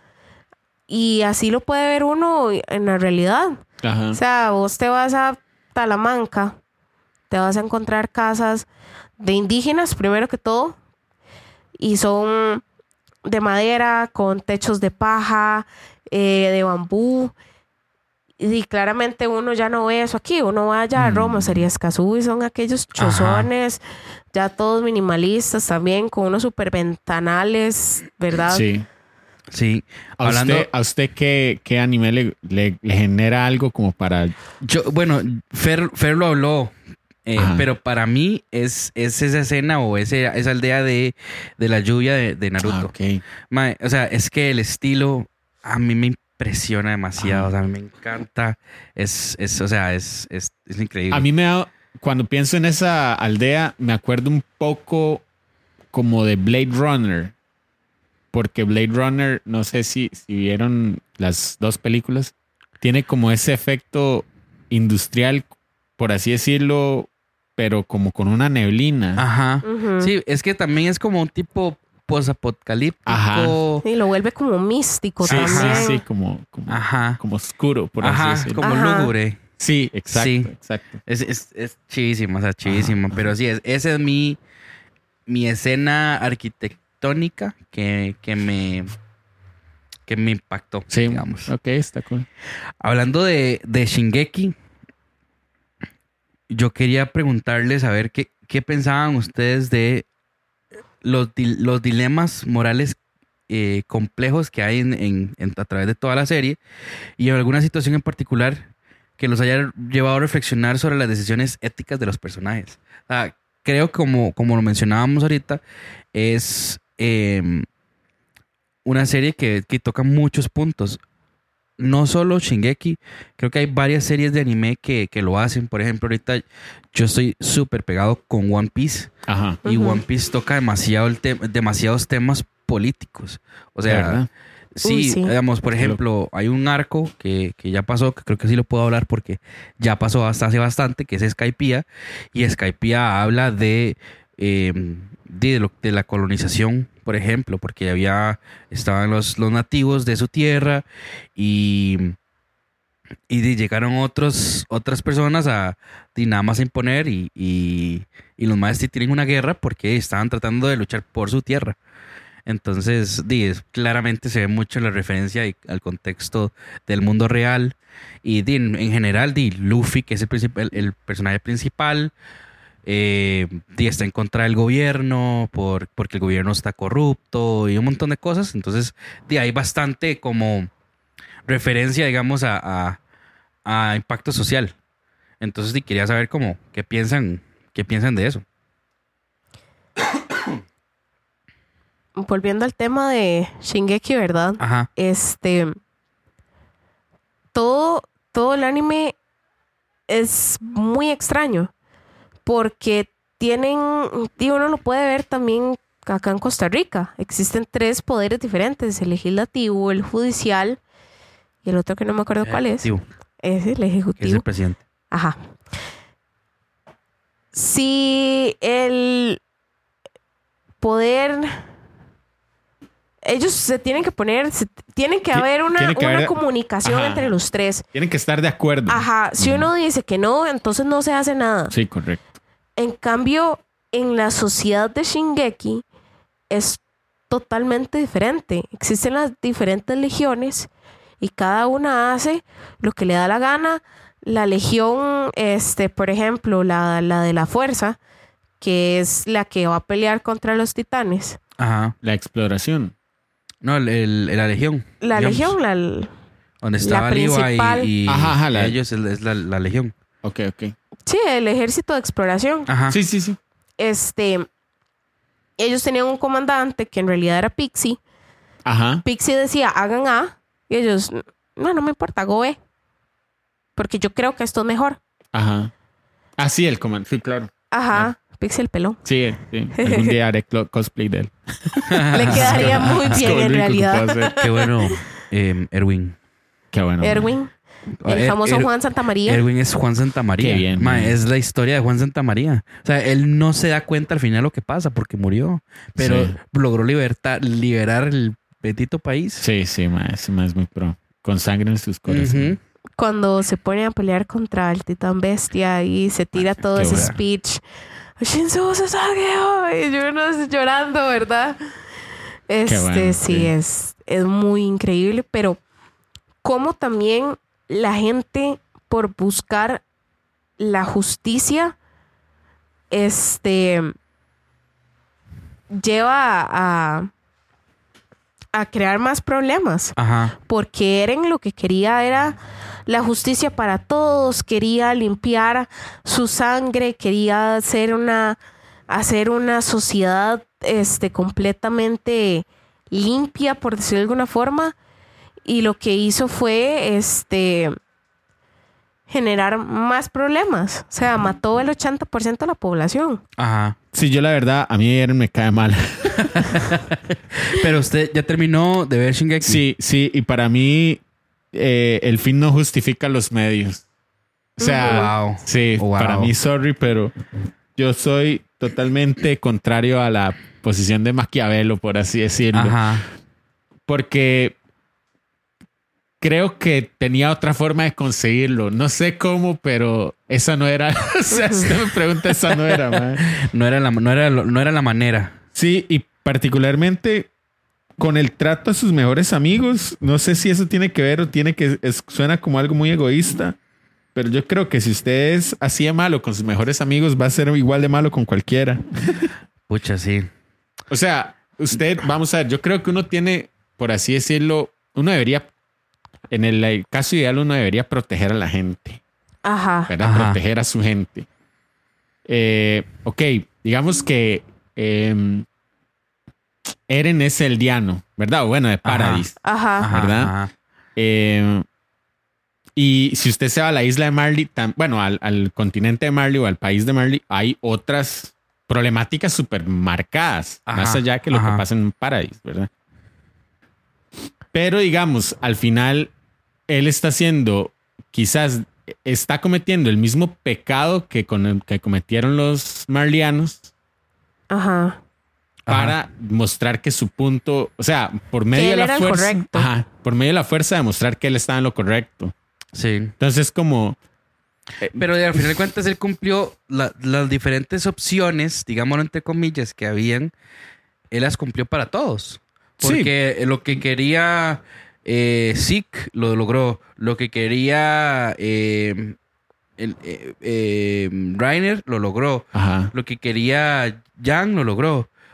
Y así lo puede ver uno en la realidad. Ajá. O sea, vos te vas a Talamanca, te vas a encontrar casas de indígenas, primero que todo, y son de madera, con techos de paja, eh, de bambú. Y claramente uno ya no ve eso aquí. Uno va allá a Roma, sería Escazú, y son aquellos Ajá. chozones, ya todos minimalistas también, con unos super ventanales, ¿verdad? Sí. Sí. ¿A Hablando. usted, a usted qué, qué anime le, le- le genera algo como para... Yo, bueno, Fer, Fer lo habló. eh, Ajá. pero para mí es, es esa escena o ese, esa aldea de, de la lluvia de, de Naruto. Ah, ok. Mae, o sea, es que el estilo a mí me impresiona demasiado. Ajá. O sea, a mí me encanta. Es, es o sea, es, es, es increíble. A mí me da... Cuando pienso en esa aldea, me acuerdo un poco como de Blade Runner. Porque Blade Runner, no sé si, si vieron las dos películas, tiene como ese efecto industrial, por así decirlo, pero como con una neblina. Ajá. Ujú. Sí, es que también es como un tipo posapocalíptico. Ajá. Y lo vuelve como místico Sí, sí, también. sí, como, como, Ajá. como oscuro, por Ajá, así decirlo. como Ajá. lúgubre. Sí, exacto, Sí. exacto. Es, es, es chidísimo, o sea, chidísimo. Ajá, Pero sí, es, esa es mi, mi escena arquitectónica que, que me que me impactó, Sí, digamos. ok, está cool. Hablando de, de Shingeki, yo quería preguntarles a ver qué, qué pensaban ustedes de los, di- los dilemas morales eh, complejos que hay en, en- en- a través de toda la serie y alguna situación en particular que los haya llevado a reflexionar sobre las decisiones éticas de los personajes. O sea, creo como, como lo mencionábamos ahorita, es eh, una serie que, que toca muchos puntos. No solo Shingeki, creo que hay varias series de anime que, que lo hacen. Por ejemplo, ahorita yo estoy súper pegado con One Piece Ajá. y Ujú. One Piece toca demasiado el te- demasiados temas políticos. O ¿De sea, verdad? sí, Uy, sí. digamos, por Qué ejemplo, hay un arco que, que ya pasó, que creo que sí lo puedo hablar porque ya pasó hasta hace bastante, que es Skypiea. Y Skypiea habla de, eh, de, lo- de la colonización, por ejemplo, porque había, estaban los, los nativos de su tierra y, y de- llegaron otros, otras personas a y nada más a imponer y, y, y los maestros tienen una guerra porque estaban tratando de luchar por su tierra. Entonces, di, es- claramente se ve mucho la referencia y- al contexto del mundo real. Y di, en, en general, di, Luffy, que es el, princip- el, el personaje principal, eh, di, está en contra del gobierno por, porque el gobierno está corrupto y un montón de cosas. Entonces, di, hay bastante como referencia, digamos, a, a, a impacto social. Entonces, sí, quería saber cómo, qué piensan, qué piensan de eso. Volviendo al tema de Shingeki, ¿verdad? Ajá. Este, todo, todo el anime es muy extraño porque tienen, y uno lo puede ver también acá en Costa Rica. Existen tres poderes diferentes: el legislativo, el judicial y el otro que no me acuerdo cuál es. Ejecutivo, Es el ejecutivo. que es el presidente. Ajá. Si el poder, ellos se tienen que poner, se, tienen que Ti- haber una, tiene que una haber- comunicación Ajá. entre los tres. Tienen que estar de acuerdo. Ajá. Si uno dice que no, entonces no se hace nada. Sí, correcto. En cambio, en la sociedad de Shingeki es totalmente diferente. Existen las diferentes legiones y cada una hace lo que le da la gana. La legión, este, por ejemplo, la, la de la fuerza, que es la que va a pelear contra los titanes. Ajá. La exploración. No, el, el- la legión. La digamos, legión, la, Donde estaba la Levi principal. y, y Ajá, ajá, la- ellos es, es la, la legión. Ok, ok. sí, el ejército de exploración. Ajá. Sí, sí, sí. Este, ellos tenían un comandante que en realidad era Pixie. Ajá. Pixie decía, hagan A. Y ellos, no, no me importa, hago B. Porque yo creo que esto es mejor. Ajá. Ah, sí, el comando. Sí, claro. Ajá. Pixie el pelón. Sí, sí. Algún día haré clo- cosplay de él. Le quedaría muy Es bien como en lo único que puedo realidad. hacer. Qué bueno, eh, Erwin. Qué bueno. Erwin, el Er- famoso Er- Juan Santamaría. Erwin es Juan Santamaría. Qué bien, Ma, man. es la historia de Juan Santamaría. O sea, él no se da cuenta al final lo que pasa porque murió. Pero Sí. logró libertar, liberar el bendito país. Sí, sí, ma, ese ma es muy pro. Con sangre en sus corazones. Ujú. Cuando se pone a pelear contra el titán bestia y se tira todo qué ese buena. speech. Shinzo Sasage, y yo no sé, llorando, ¿verdad? Este, bueno, sí, sí. es, es muy increíble, pero como también la gente por buscar la justicia, este, lleva a, a crear más problemas. Ajá. Porque Eren lo que quería era la justicia para todos, quería limpiar su sangre, quería hacer una, hacer una sociedad este, completamente limpia, por decirlo de alguna forma, y lo que hizo fue este, generar más problemas. O sea, mató el ochenta por ciento de la población. Ajá. Sí, yo la verdad, a mí Eren me cae mal. Pero usted ya terminó de ver Shingeki. Sí, sí, y para mí eh, el fin no justifica los medios. O sea, Wow. sí, Wow. para mí, sorry, pero yo soy totalmente contrario a la posición de Maquiavelo, por así decirlo. Ajá. Porque creo que tenía otra forma de conseguirlo. No sé cómo, pero esa no era. O sea, si usted me pregunta, esa no era, man. No era la, no era, lo- no era la manera. Sí, y particularmente con el trato a sus mejores amigos. No sé si eso tiene que ver o tiene que... es- suena como algo muy egoísta. Pero yo creo que si usted es así de malo con sus mejores amigos, va a ser igual de malo con cualquiera. Pucha, sí. O sea, usted, vamos a ver, yo creo que uno tiene, por así decirlo, uno debería, en el caso ideal, uno debería proteger a la gente, Ajá. ¿verdad? Ajá. Proteger a su gente. Eh, ok, digamos que eh, Eren es el Diano, ¿verdad? O bueno, de Paradis. Ajá. Ajá, ¿verdad? ajá. Eh, y si usted se va a la isla de Marley, tam- bueno, al, al continente de Marley o al país de Marley, hay otras problemáticas súper marcadas, Ajá, más allá que lo ajá. que pasa en Paradise, ¿verdad? Pero digamos, al final, él está haciendo, quizás está cometiendo el mismo pecado que, con el que cometieron los marlianos Ajá. para mostrar que su punto, o sea, por medio de él la era el fuerza, correcto. ajá, por medio de la fuerza demostrar que él estaba en lo correcto. Sí. Entonces, como, Eh, Pero al final de cuentas él cumplió la- las diferentes opciones, digámoslo entre comillas, que habían. Él las cumplió para todos. Sí. Porque lo que quería eh, Zeke lo logró. Lo que quería eh, el, eh, eh, Reiner lo logró. ajá, Lo que quería Jan lo logró.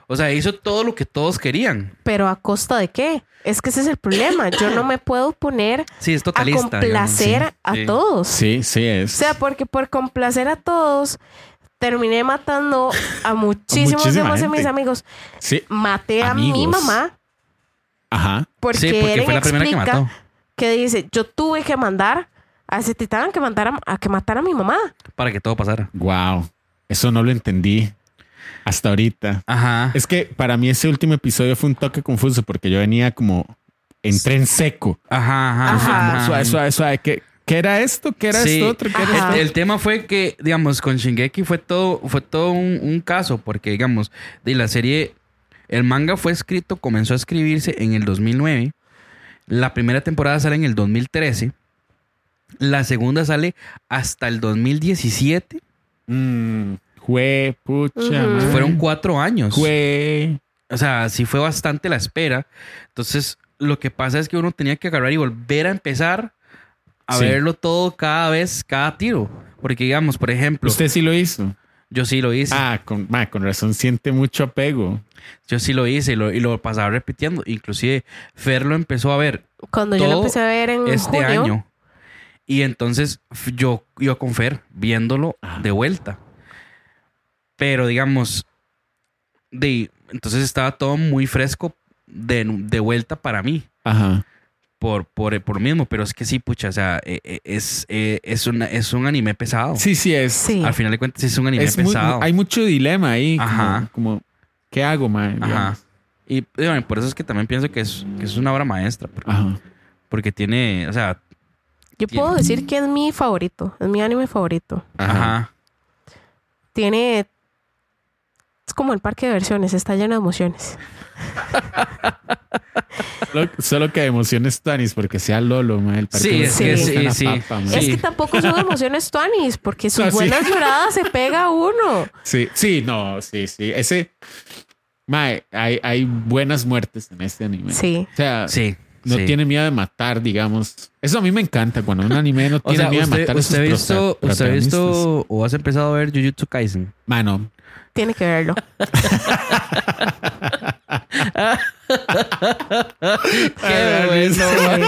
O sea, hizo todo lo que todos querían. Pero ¿a costa de qué? Es que ese es el problema. Yo no me puedo poner Sí, es a totalista. complacer digamos. Sí, a sí. todos. Sí, sí O es. sea, porque por complacer a todos terminé matando a muchísimos Muchísima de gente. mis amigos. Sí. Maté a mi Amigos. mamá Ajá. porque, Sí, porque Eren fue la primera que explica mató. que dice, yo tuve que mandar a ese titán que mandara a que matara a mi mamá. Para que todo pasara. Wow. Eso no lo entendí hasta ahorita. Ajá. Es que para mí ese último episodio fue un toque confuso porque yo venía como entré en seco. Ajá, ajá. Ajá. ajá. Suave, suave, suave. ¿Qué, qué era esto? ¿Qué era Sí. esto otro? ¿Qué era Ajá. esto? El, el tema fue que, digamos, con Shingeki fue todo, fue todo un, un caso, porque, digamos, de la serie, el manga fue escrito, comenzó a escribirse en el dos mil nueve. La primera temporada sale en el dos mil trece. La segunda sale hasta el dos mil diecisiete. Mm, jue, pucha, Ujú. man. Fueron cuatro años. Jue. O sea, sí fue bastante la espera. Entonces, lo que pasa es que uno tenía que agarrar y volver a empezar a Sí. verlo todo cada vez, cada tiro. Porque, digamos, por ejemplo, Usted sí lo hizo. yo sí lo hice. Ah, con, ma, con razón siente mucho apego. Yo sí lo hice y lo, y lo pasaba repitiendo. Inclusive, Fer lo empezó a ver Cuando yo lo Todo empecé a ver en este junio, año. Y entonces f- yo, yo con Fer viéndolo Ah. de vuelta. Pero, digamos, de, entonces estaba todo muy fresco de, de vuelta para mí. Ajá. Por, por, por lo mismo, pero es que sí, pucha, o sea, eh, eh, es, eh, es, una, es un anime pesado. Sí, sí es. sí. Al final de cuentas, sí es un anime Es muy- pesado. hay mucho dilema ahí. como- Ajá. Como, ¿qué hago, man? Ajá. Y bueno, por eso es que también pienso que es, que es una obra maestra. Porque, Ajá. porque tiene, o sea, Yo puedo decir que es mi favorito, es mi anime favorito. ajá. Tiene... Es como el parque de versiones, está lleno de emociones. Solo, solo que emociones Tanis porque sea Lolo, man. El parque Sí, de es que emociones sí, está en la sí. papa, man. Sí. Es que tampoco son emociones tuanis, porque sus No, sí. buenas lloradas se pega a uno. Sí, sí, no, sí, sí. Ese. Mae, hay, hay buenas muertes en este anime. Sí. O sea, Sí. no sí. tiene miedo de matar, digamos. Eso a mí me encanta cuando un anime no O tiene sea, miedo de usted, matar a sus usted ha visto, prota- usted ha protagonistas. visto o has empezado a ver Jujutsu Kaisen. Mano, Tiene que verlo. Qué bueno,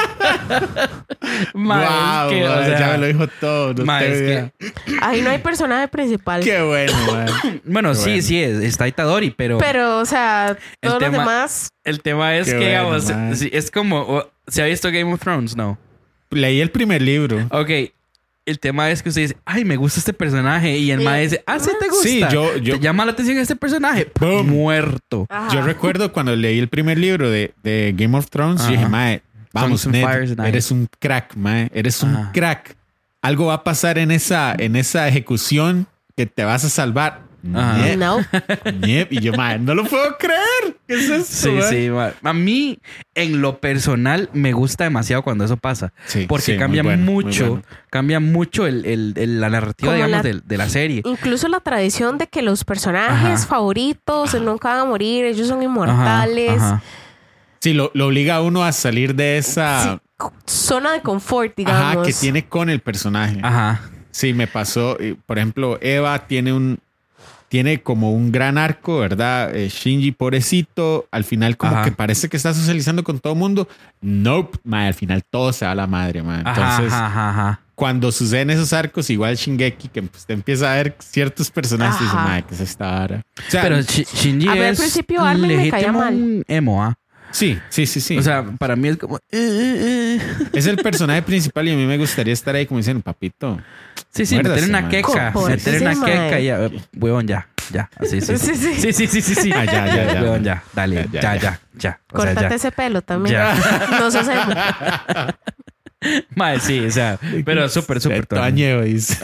mae. wow, es que, o mae, sea, ya me lo dijo todo. No mae, tengo es idea. Ahí no hay personaje principal. Qué bueno, mae. Bueno, Qué sí, bueno. sí, es, está Itadori, pero, Pero, o sea, El todos los tema- demás... el tema es Qué que, bueno, digamos, mae. sí, es como, o- ¿se ha visto Game of Thrones? No. Leí el primer libro. Ok, el tema es que usted dice, ay, me gusta este personaje. Y el Sí. mae dice, ah, sí te gusta. Sí, yo- yo- ¿Te llama la atención este personaje? Boom. Muerto. Ajá. Yo recuerdo cuando leí el primer libro de, de Game of Thrones, yo Ajá. dije, mae, vamos, Songs and Fires Ned, and Ice. eres un crack, mae, eres un Ajá. crack. Algo va a pasar en esa, en esa ejecución que te vas a salvar. Ajá. Ñe, No. ñe. Y yo, mae, no lo puedo creer. ¿Qué es eso? Sí, mae? sí. mae. A mí, en lo personal, me gusta demasiado cuando eso pasa. Sí, Porque sí, cambia muy bueno, muy mucho, bueno. cambia mucho el, el- el- la narrativa, Como digamos, la- de, de la serie. Incluso la tradición de que los personajes Ajá. favoritos nunca van a morir, ellos son Ajá, inmortales. ajá. Sí, lo, lo obliga a uno a salir de esa Sí, zona de confort, digamos. ajá, que tiene con el personaje. Ajá. Sí, me pasó. y, Por ejemplo, Eva tiene un. Tiene como un gran arco, ¿verdad? Eh, Shinji, pobrecito, al final como Ajá. que parece que está socializando con todo el mundo. Nope, mae, al final todo se va a la madre, mae. Ajá, Entonces, ajá, ajá, ajá. cuando suceden esos arcos, igual Shingeki, que pues, te empieza a ver ciertos personajes y dices, Ajá. mae, ¿qué es esta vara? O sea, Pero Shi- Shinji A mí al es principio Armin me caía legítimo mal. un emo, ¿ah? sí, sí, sí, sí. O sea, para mí es como... eh, eh, eh. es el personaje principal y a mí me gustaría estar ahí como diciendo, papito. Sí, sí, Muérdase, meter una man. queca. Por- Meter una sí, queca man. y ya, eh, huevón, ya, ya. Así, sí. Sí, sí. Sí, sí, sí, sí, sí. Ah, ya, ya, ya. Huevón, ya. Dale, Ya, ya, ya, ya, ya. ya. O sea, Córtate ya. ese pelo también. Ya. No sos emo. Mae, sí, o sea, pero súper, súper. Todo añejo, dice.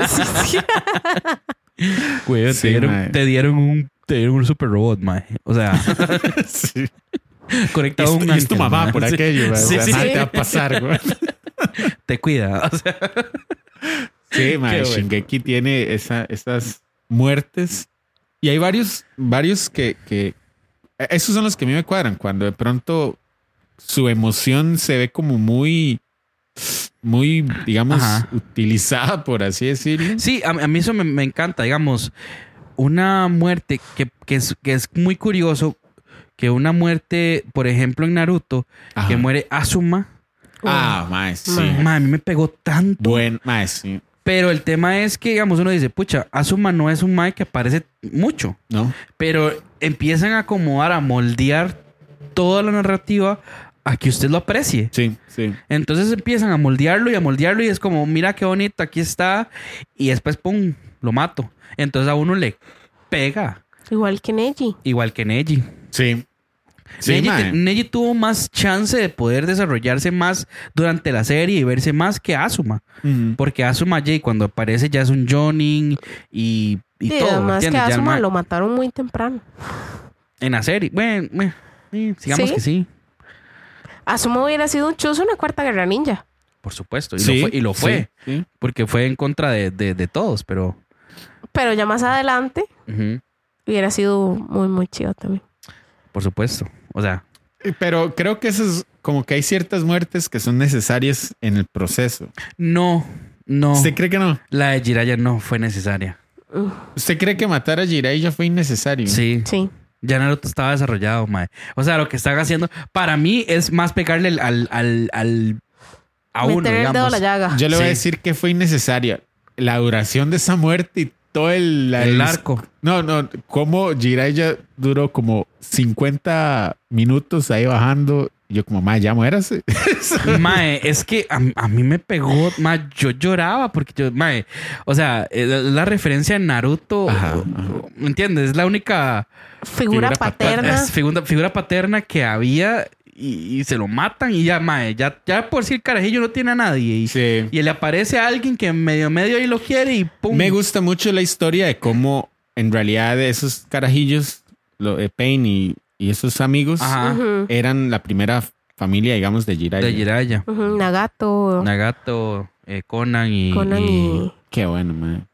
Güey, Sí, te, dieron, mae. te dieron un te dieron un super robot, mae. O sea, Sí. conectado a Y un es, y es tu ángel, mamá mae. por Sí. aquello, mae. Sí, O sea, sí, nada sí. te va a pasar, güey. Te cuida. O sea, Sí, mae, Qué bueno. Shingeki tiene esa, esas muertes. Y hay varios, varios que, que... Esos son los que a mí me cuadran. Cuando de pronto su emoción se ve como muy... Muy, digamos, Ajá. utilizada, por así decirlo. sí, a, a mí eso me, me encanta, digamos. una muerte que, que, es, que es muy curioso, que una muerte, por ejemplo, en Naruto, Ajá. que muere Asuma. Ah, mae, sí. Ma, a mí me pegó tanto. Buen, mae, sí. Pero el tema es que, digamos, uno dice, pucha, Asuma no es un mae que aparece mucho. ¿No? Pero empiezan a acomodar, a moldear toda la narrativa a que usted lo aprecie. Sí, sí. Entonces empiezan a moldearlo y a moldearlo y es como, mira qué bonito, aquí está. Y después, pum, lo mato. Entonces a uno le pega. Igual que Neji. Igual que Neji. Sí. Sí, Neji, mae. te- Neji tuvo más chance de poder desarrollarse más durante la serie y verse más que Asuma. Ujú. Porque Asuma J cuando aparece ya es un Jonin y, y Sí, todo. además que ¿entiendes? Ya el Asuma ma- lo mataron muy temprano. En la serie. Bueno, bueno, sí, sigamos ¿Sí? que sí. Asuma hubiera sido un chuzo en la Cuarta Guerra Ninja. Por supuesto. Y Sí, lo fue. Y lo fue sí, sí. Porque fue en contra de, de, de todos, pero... Pero ya más adelante ujú, hubiera sido muy, muy chido también. por supuesto. O sea, Pero creo que eso es como que hay ciertas muertes que son necesarias en el proceso. no, no. ¿Usted cree que no? La de Jiraiya no fue necesaria. Mm, ¿Usted cree que matar a Jiraiya fue innecesario? Sí. Sí. Ya Naruto estaba desarrollado, mae. O sea, lo que están haciendo... Para mí es más pegarle al... al, al, al- a uno, Meter el dedo a la digamos. llaga. Yo le voy a Sí. decir que fue innecesaria. La duración de esa muerte y todo el... la- El arco. No, no. Cómo Jiraiya duró como cincuenta minutos ahí bajando. Y yo como, ma, ya muérase. Mae, es que a, a mí me pegó, mae, yo lloraba porque yo, mae, o sea, es la, la referencia en Naruto, Ajá, ajá. ¿me entiendes? Es la única Figura, Figura paterna. es figura, figura paterna que había y, y se lo matan y ya, mae, ya, ya por si el carajillo no tiene a nadie y, Sí. y le aparece a alguien que medio medio ahí lo quiere y pum. Me gusta mucho la historia de cómo en realidad esos carajillos, lo, eh, Pain y, y esos amigos, Ajá, Ujú, eran la primera familia, digamos, de Jiraiya. de Jiraiya, ujú. Nagato, Nagato, eh, Conan y, Conan y, y... Qué bueno, man.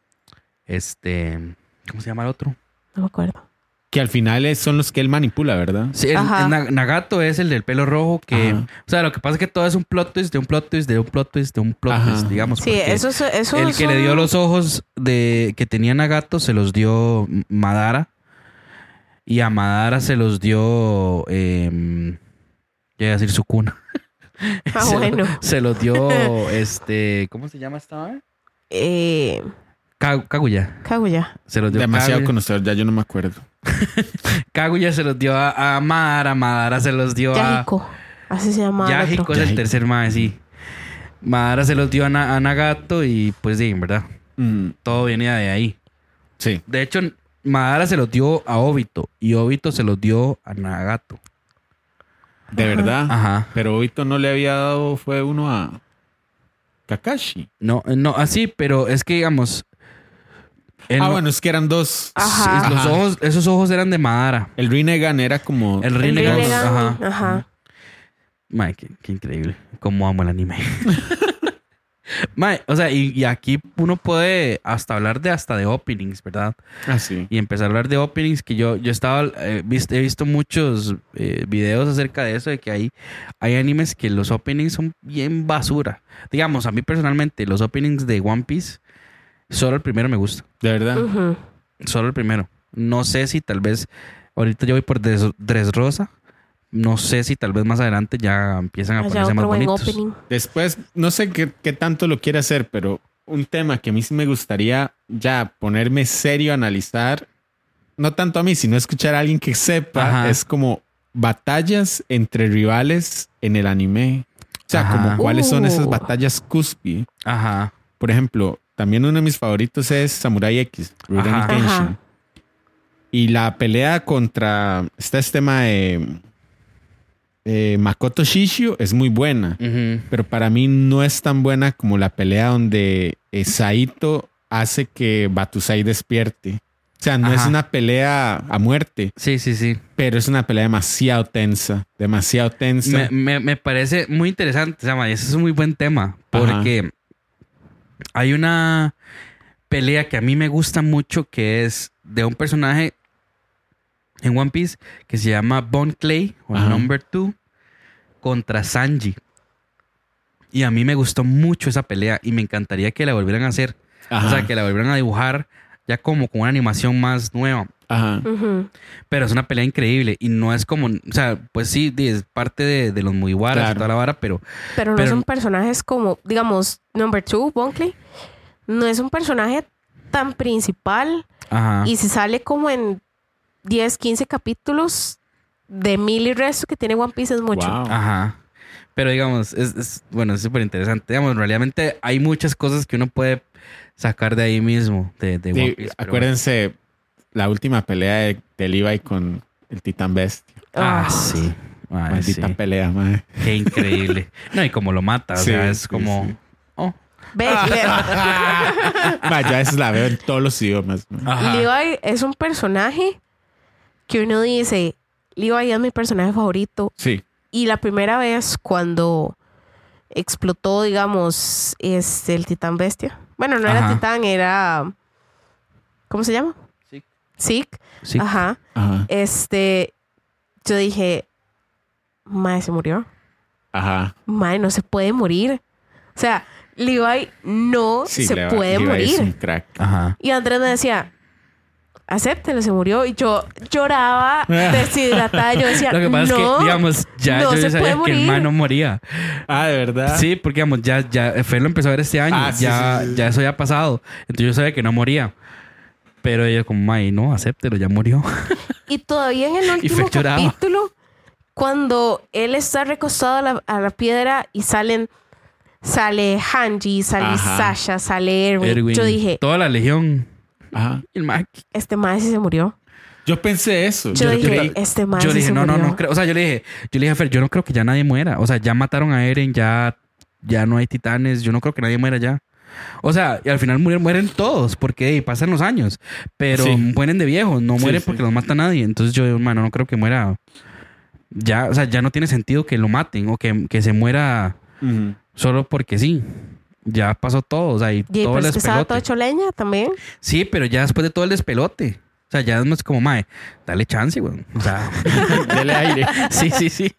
este, ¿cómo se llama el otro? No me acuerdo. Que al final es- son los que él manipula, ¿verdad? Sí, el, Ajá. el Na- Nagato es el del pelo rojo que... Ajá. O sea, lo que pasa es que todo es un plot twist de un plot twist de un plot twist de un plot Ajá. twist, digamos. Sí, porque eso, es- eso el que le dio los ojos de que tenía Nagato se los dio Madara. Y a Madara se los dio... Eh, ya iba a decir Sukuna. Ah, se, lo- bueno. se los dio... este ¿Cómo se llama esta vez? Eh, Ka- Kaguya. Kaguya. Se los dio Demasiado Kaguya. conocedor, ya yo no me acuerdo. Kaguya se los dio a, a Madara. Madara se los dio a... Yahiko. Así se llama el Yahiko otro. es el Yahiko. tercer mae, sí. Madara se los dio a, Na- a Nagato y pues sí, en verdad. Mm, Todo venía de ahí. sí. De hecho, Madara se los dio a Obito y Obito se los dio a Nagato. De Ajá. verdad. Ajá. Pero Obito no le había dado, fue uno a Kakashi. No, no, así, pero es que digamos. él Ah, no- bueno, es que eran dos. Ajá. sí, los Ajá. ojos, esos ojos eran de Madara. El Rinnegan era como... El El Rinnegan. Rinnegan, Ajá. ajá. Mae, qué, qué increíble. Cómo amo el anime. Mae, o sea, y, y aquí uno puede hasta hablar de hasta de openings, ¿verdad? Ah, sí. Y empezar a hablar de openings que yo, yo estaba, eh, vis- he visto muchos eh, videos acerca de eso, de que hay, hay animes que los openings son bien basura. Digamos, a mí personalmente, los openings de One Piece, solo el primero me gusta. De verdad. Ujú. Solo el primero. No sé si tal vez, ahorita yo voy por Dres- Dressrosa. No sé si tal vez más adelante ya empiezan a Allá ponerse más otro buen bonitos. opening. Después, no sé qué, qué tanto lo quiere hacer, pero un tema que a mí sí me gustaría ya ponerme serio a analizar, no tanto a mí, sino escuchar a alguien que sepa, Ajá. es como batallas entre rivales en el anime. O sea, Ajá. como cuáles son esas Uh. batallas cúspide. Ajá. Por ejemplo, también uno de mis favoritos es Samurai X, Rurouni Ajá. Kenshin. Ajá. Y la pelea contra está este tema de eh, Makoto Shishio es muy buena. Ujú. Pero para mí no es tan buena como la pelea donde eh, Saito hace que Batusai despierte. O sea, no Ajá. es una pelea a muerte, Sí, sí, sí. pero es una pelea demasiado tensa. Demasiado tensa. Me, me- me parece muy interesante, o sea, ma, ese es un muy buen tema, porque hay una pelea que a mí me gusta mucho que es de un personaje en One Piece que se llama Bon Clay o Ajá. Number Two contra Sanji. Y a mí me gustó mucho esa pelea y me encantaría que la volvieran a hacer. Ajá. O sea, que la volvieran a dibujar ya como con una animación más nueva. Ajá. Ujú. Pero es una pelea increíble y no es como, o sea, pues sí, es parte de, de los Mugiwaras Claro. y toda la vara, pero Pero no Pero- son personajes como, digamos, Number Two, Bunkley, no es un personaje tan principal ajá. y si sale como en diez, quince capítulos de mil y resto que tiene One Piece es mucho. Wow. Ajá. Pero digamos, es, es bueno, es súper interesante. Digamos, realmente hay muchas cosas que uno puede sacar de ahí mismo, de, de Sí, One Piece. pero- acuérdense la última pelea de, de Levi con el Titán Bestia. Ah, Ah. sí. Ah, Maldita sí. pelea, madre. Qué increíble. No, y como lo mata, o Sí, sea, es sí, como... sí. Oh. Ve, ve. Ma, yo a veces la veo en todos los idiomas. ma. Ajá. Levi es un personaje que uno dice, Levi es mi personaje favorito. Sí. Y la primera vez cuando explotó, digamos, este, el Titán Bestia. Bueno, no era Ajá. Titán, era... ¿Cómo se llama? Sí. Zeke. Sí. Ajá. Ajá. Este, yo dije, mae, se murió. Ajá. Mae, no se puede morir. O sea, Levi no Sí, se Levi- puede Levi morir. es un crack. Ajá. Y Andrés me decía, acéptelo, se murió. Y yo lloraba deshidratada. Yo decía, Lo que pasa no, es que, digamos, ya no yo se ya puede sabía que morir. el man no moría. Ah, ¿de verdad? Sí, porque, digamos, ya, ya Fer lo empezó a ver este año. Ah, sí, ya, sí, sí, sí. ya eso ya ha pasado. Entonces yo sabía que no moría. Pero ella como, may, no, acéptelo, ya murió. Y todavía en el último Fer lloraba. capítulo, cuando él está recostado a la, a la piedra y salen, sale Hanji, sale Ajá. Sasha, sale Erwin. Erwin, Yo dije, toda la legión. Ajá. El Mac. este mae sí se murió. Yo pensé eso. Yo, Yo dije, creí- este mae Yo sí dije, se no, no, murió. no creo. O sea, yo le dije, yo le dije a Fer, yo no creo que ya nadie muera. O sea, ya mataron a Eren, ya, ya no hay titanes. Yo no creo que nadie muera ya. O sea, y al final mueren, mueren todos porque hey, pasan los años. Pero Sí. mueren de viejos, no Sí, mueren sí. porque los mata nadie. Entonces yo, hermano, no creo que muera. Ya, o sea, ya no tiene sentido que lo maten o que, que se muera Ujú. solo porque sí. Ya pasó todo, o sea, y Y todo el pues que estaba todo despelote. hecho leña también. Sí, pero ya después de todo el despelote. O sea, ya es más como, mae, dale chance, güey. O sea, Dele aire. sí, sí, sí.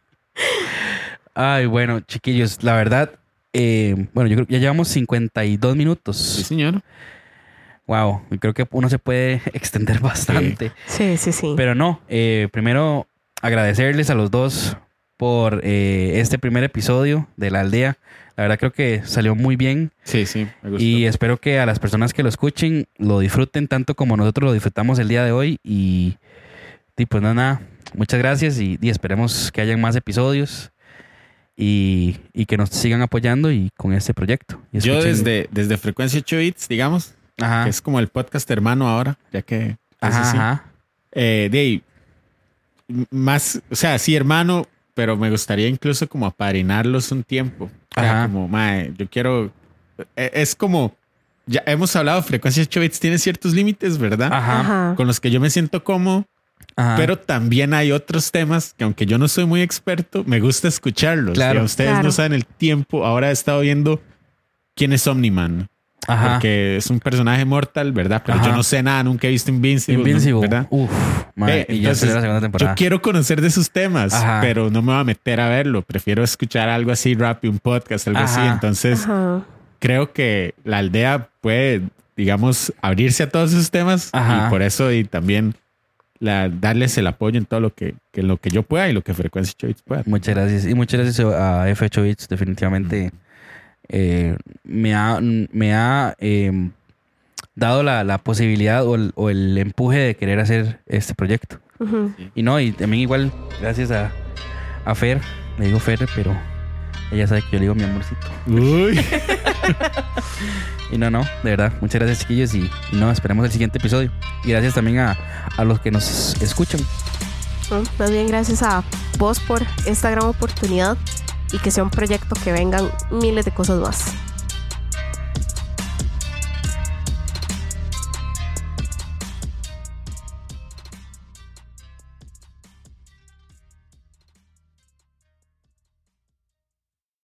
Ay, bueno, chiquillos, la verdad, eh, bueno, yo creo que ya llevamos cincuenta y dos Sí, minutos. señor. Wow, y creo que uno se puede extender bastante. Sí, sí, sí. Pero no, eh, primero agradecerles a los dos por eh, este primer episodio de La Aldea. La verdad creo que salió muy bien. Sí, sí. Me gustó. Y espero que a las personas que lo escuchen lo disfruten tanto como nosotros lo disfrutamos el día de hoy. Y, y pues nada, nada, muchas gracias y, y esperemos que hayan más episodios y, y que nos sigan apoyando y con este proyecto. Y Yo escuchen- desde, desde Frecuencia ocho bits, digamos, Ajá, que es como el podcast hermano ahora, ya que... ajá, ese sí. ajá. Eh, de ahí, m- más, o sea, sí, hermano, pero me gustaría incluso como apadrinarlos un tiempo. O sea, Ajá. como, mae, yo quiero. eh, Es como, ya hemos hablado, Frecuencia ocho bits tiene ciertos límites, ¿verdad? Ajá, Ajá. Con los que yo me siento cómodo, ajá. pero también hay otros temas que, aunque yo no soy muy experto, me gusta escucharlos. Claro. Y a ustedes Claro. no saben el tiempo. Ahora he estado viendo quién es Omniman. Ajá. Porque es un personaje mortal, ¿verdad? Pero Ajá. yo no sé nada, nunca he visto Invincible. ¿no? Invincible. ¿verdad? Uf, madre, Ve, y ya entonces, salió la segunda temporada. Yo quiero conocer de sus temas, Ajá. pero no me voy a meter a verlo. Prefiero escuchar algo así rápido, un podcast, algo Ajá. así. Entonces, Ajá. creo que la aldea puede, digamos, abrirse a todos esos temas. Ajá. Y por eso, y también la, darles el apoyo en todo lo que, que lo que yo pueda y lo que Frecuencia ocho bits pueda. Muchas gracias. Y muchas gracias a F ocho bits. Definitivamente eh, me ha, me ha eh, dado la, la posibilidad o el, o el empuje de querer hacer este proyecto. Ujú. Y no, y también igual gracias a, a Fer. Le digo Fer, pero ella sabe que yo le digo mi amorcito. Uy. Y no, no, de verdad. Muchas gracias, chiquillos. Y, y no, esperemos el siguiente episodio. Y gracias también a, a los que nos escuchan. Mm, Más bien gracias a vos por esta gran oportunidad y que sea un proyecto que vengan miles de cosas más.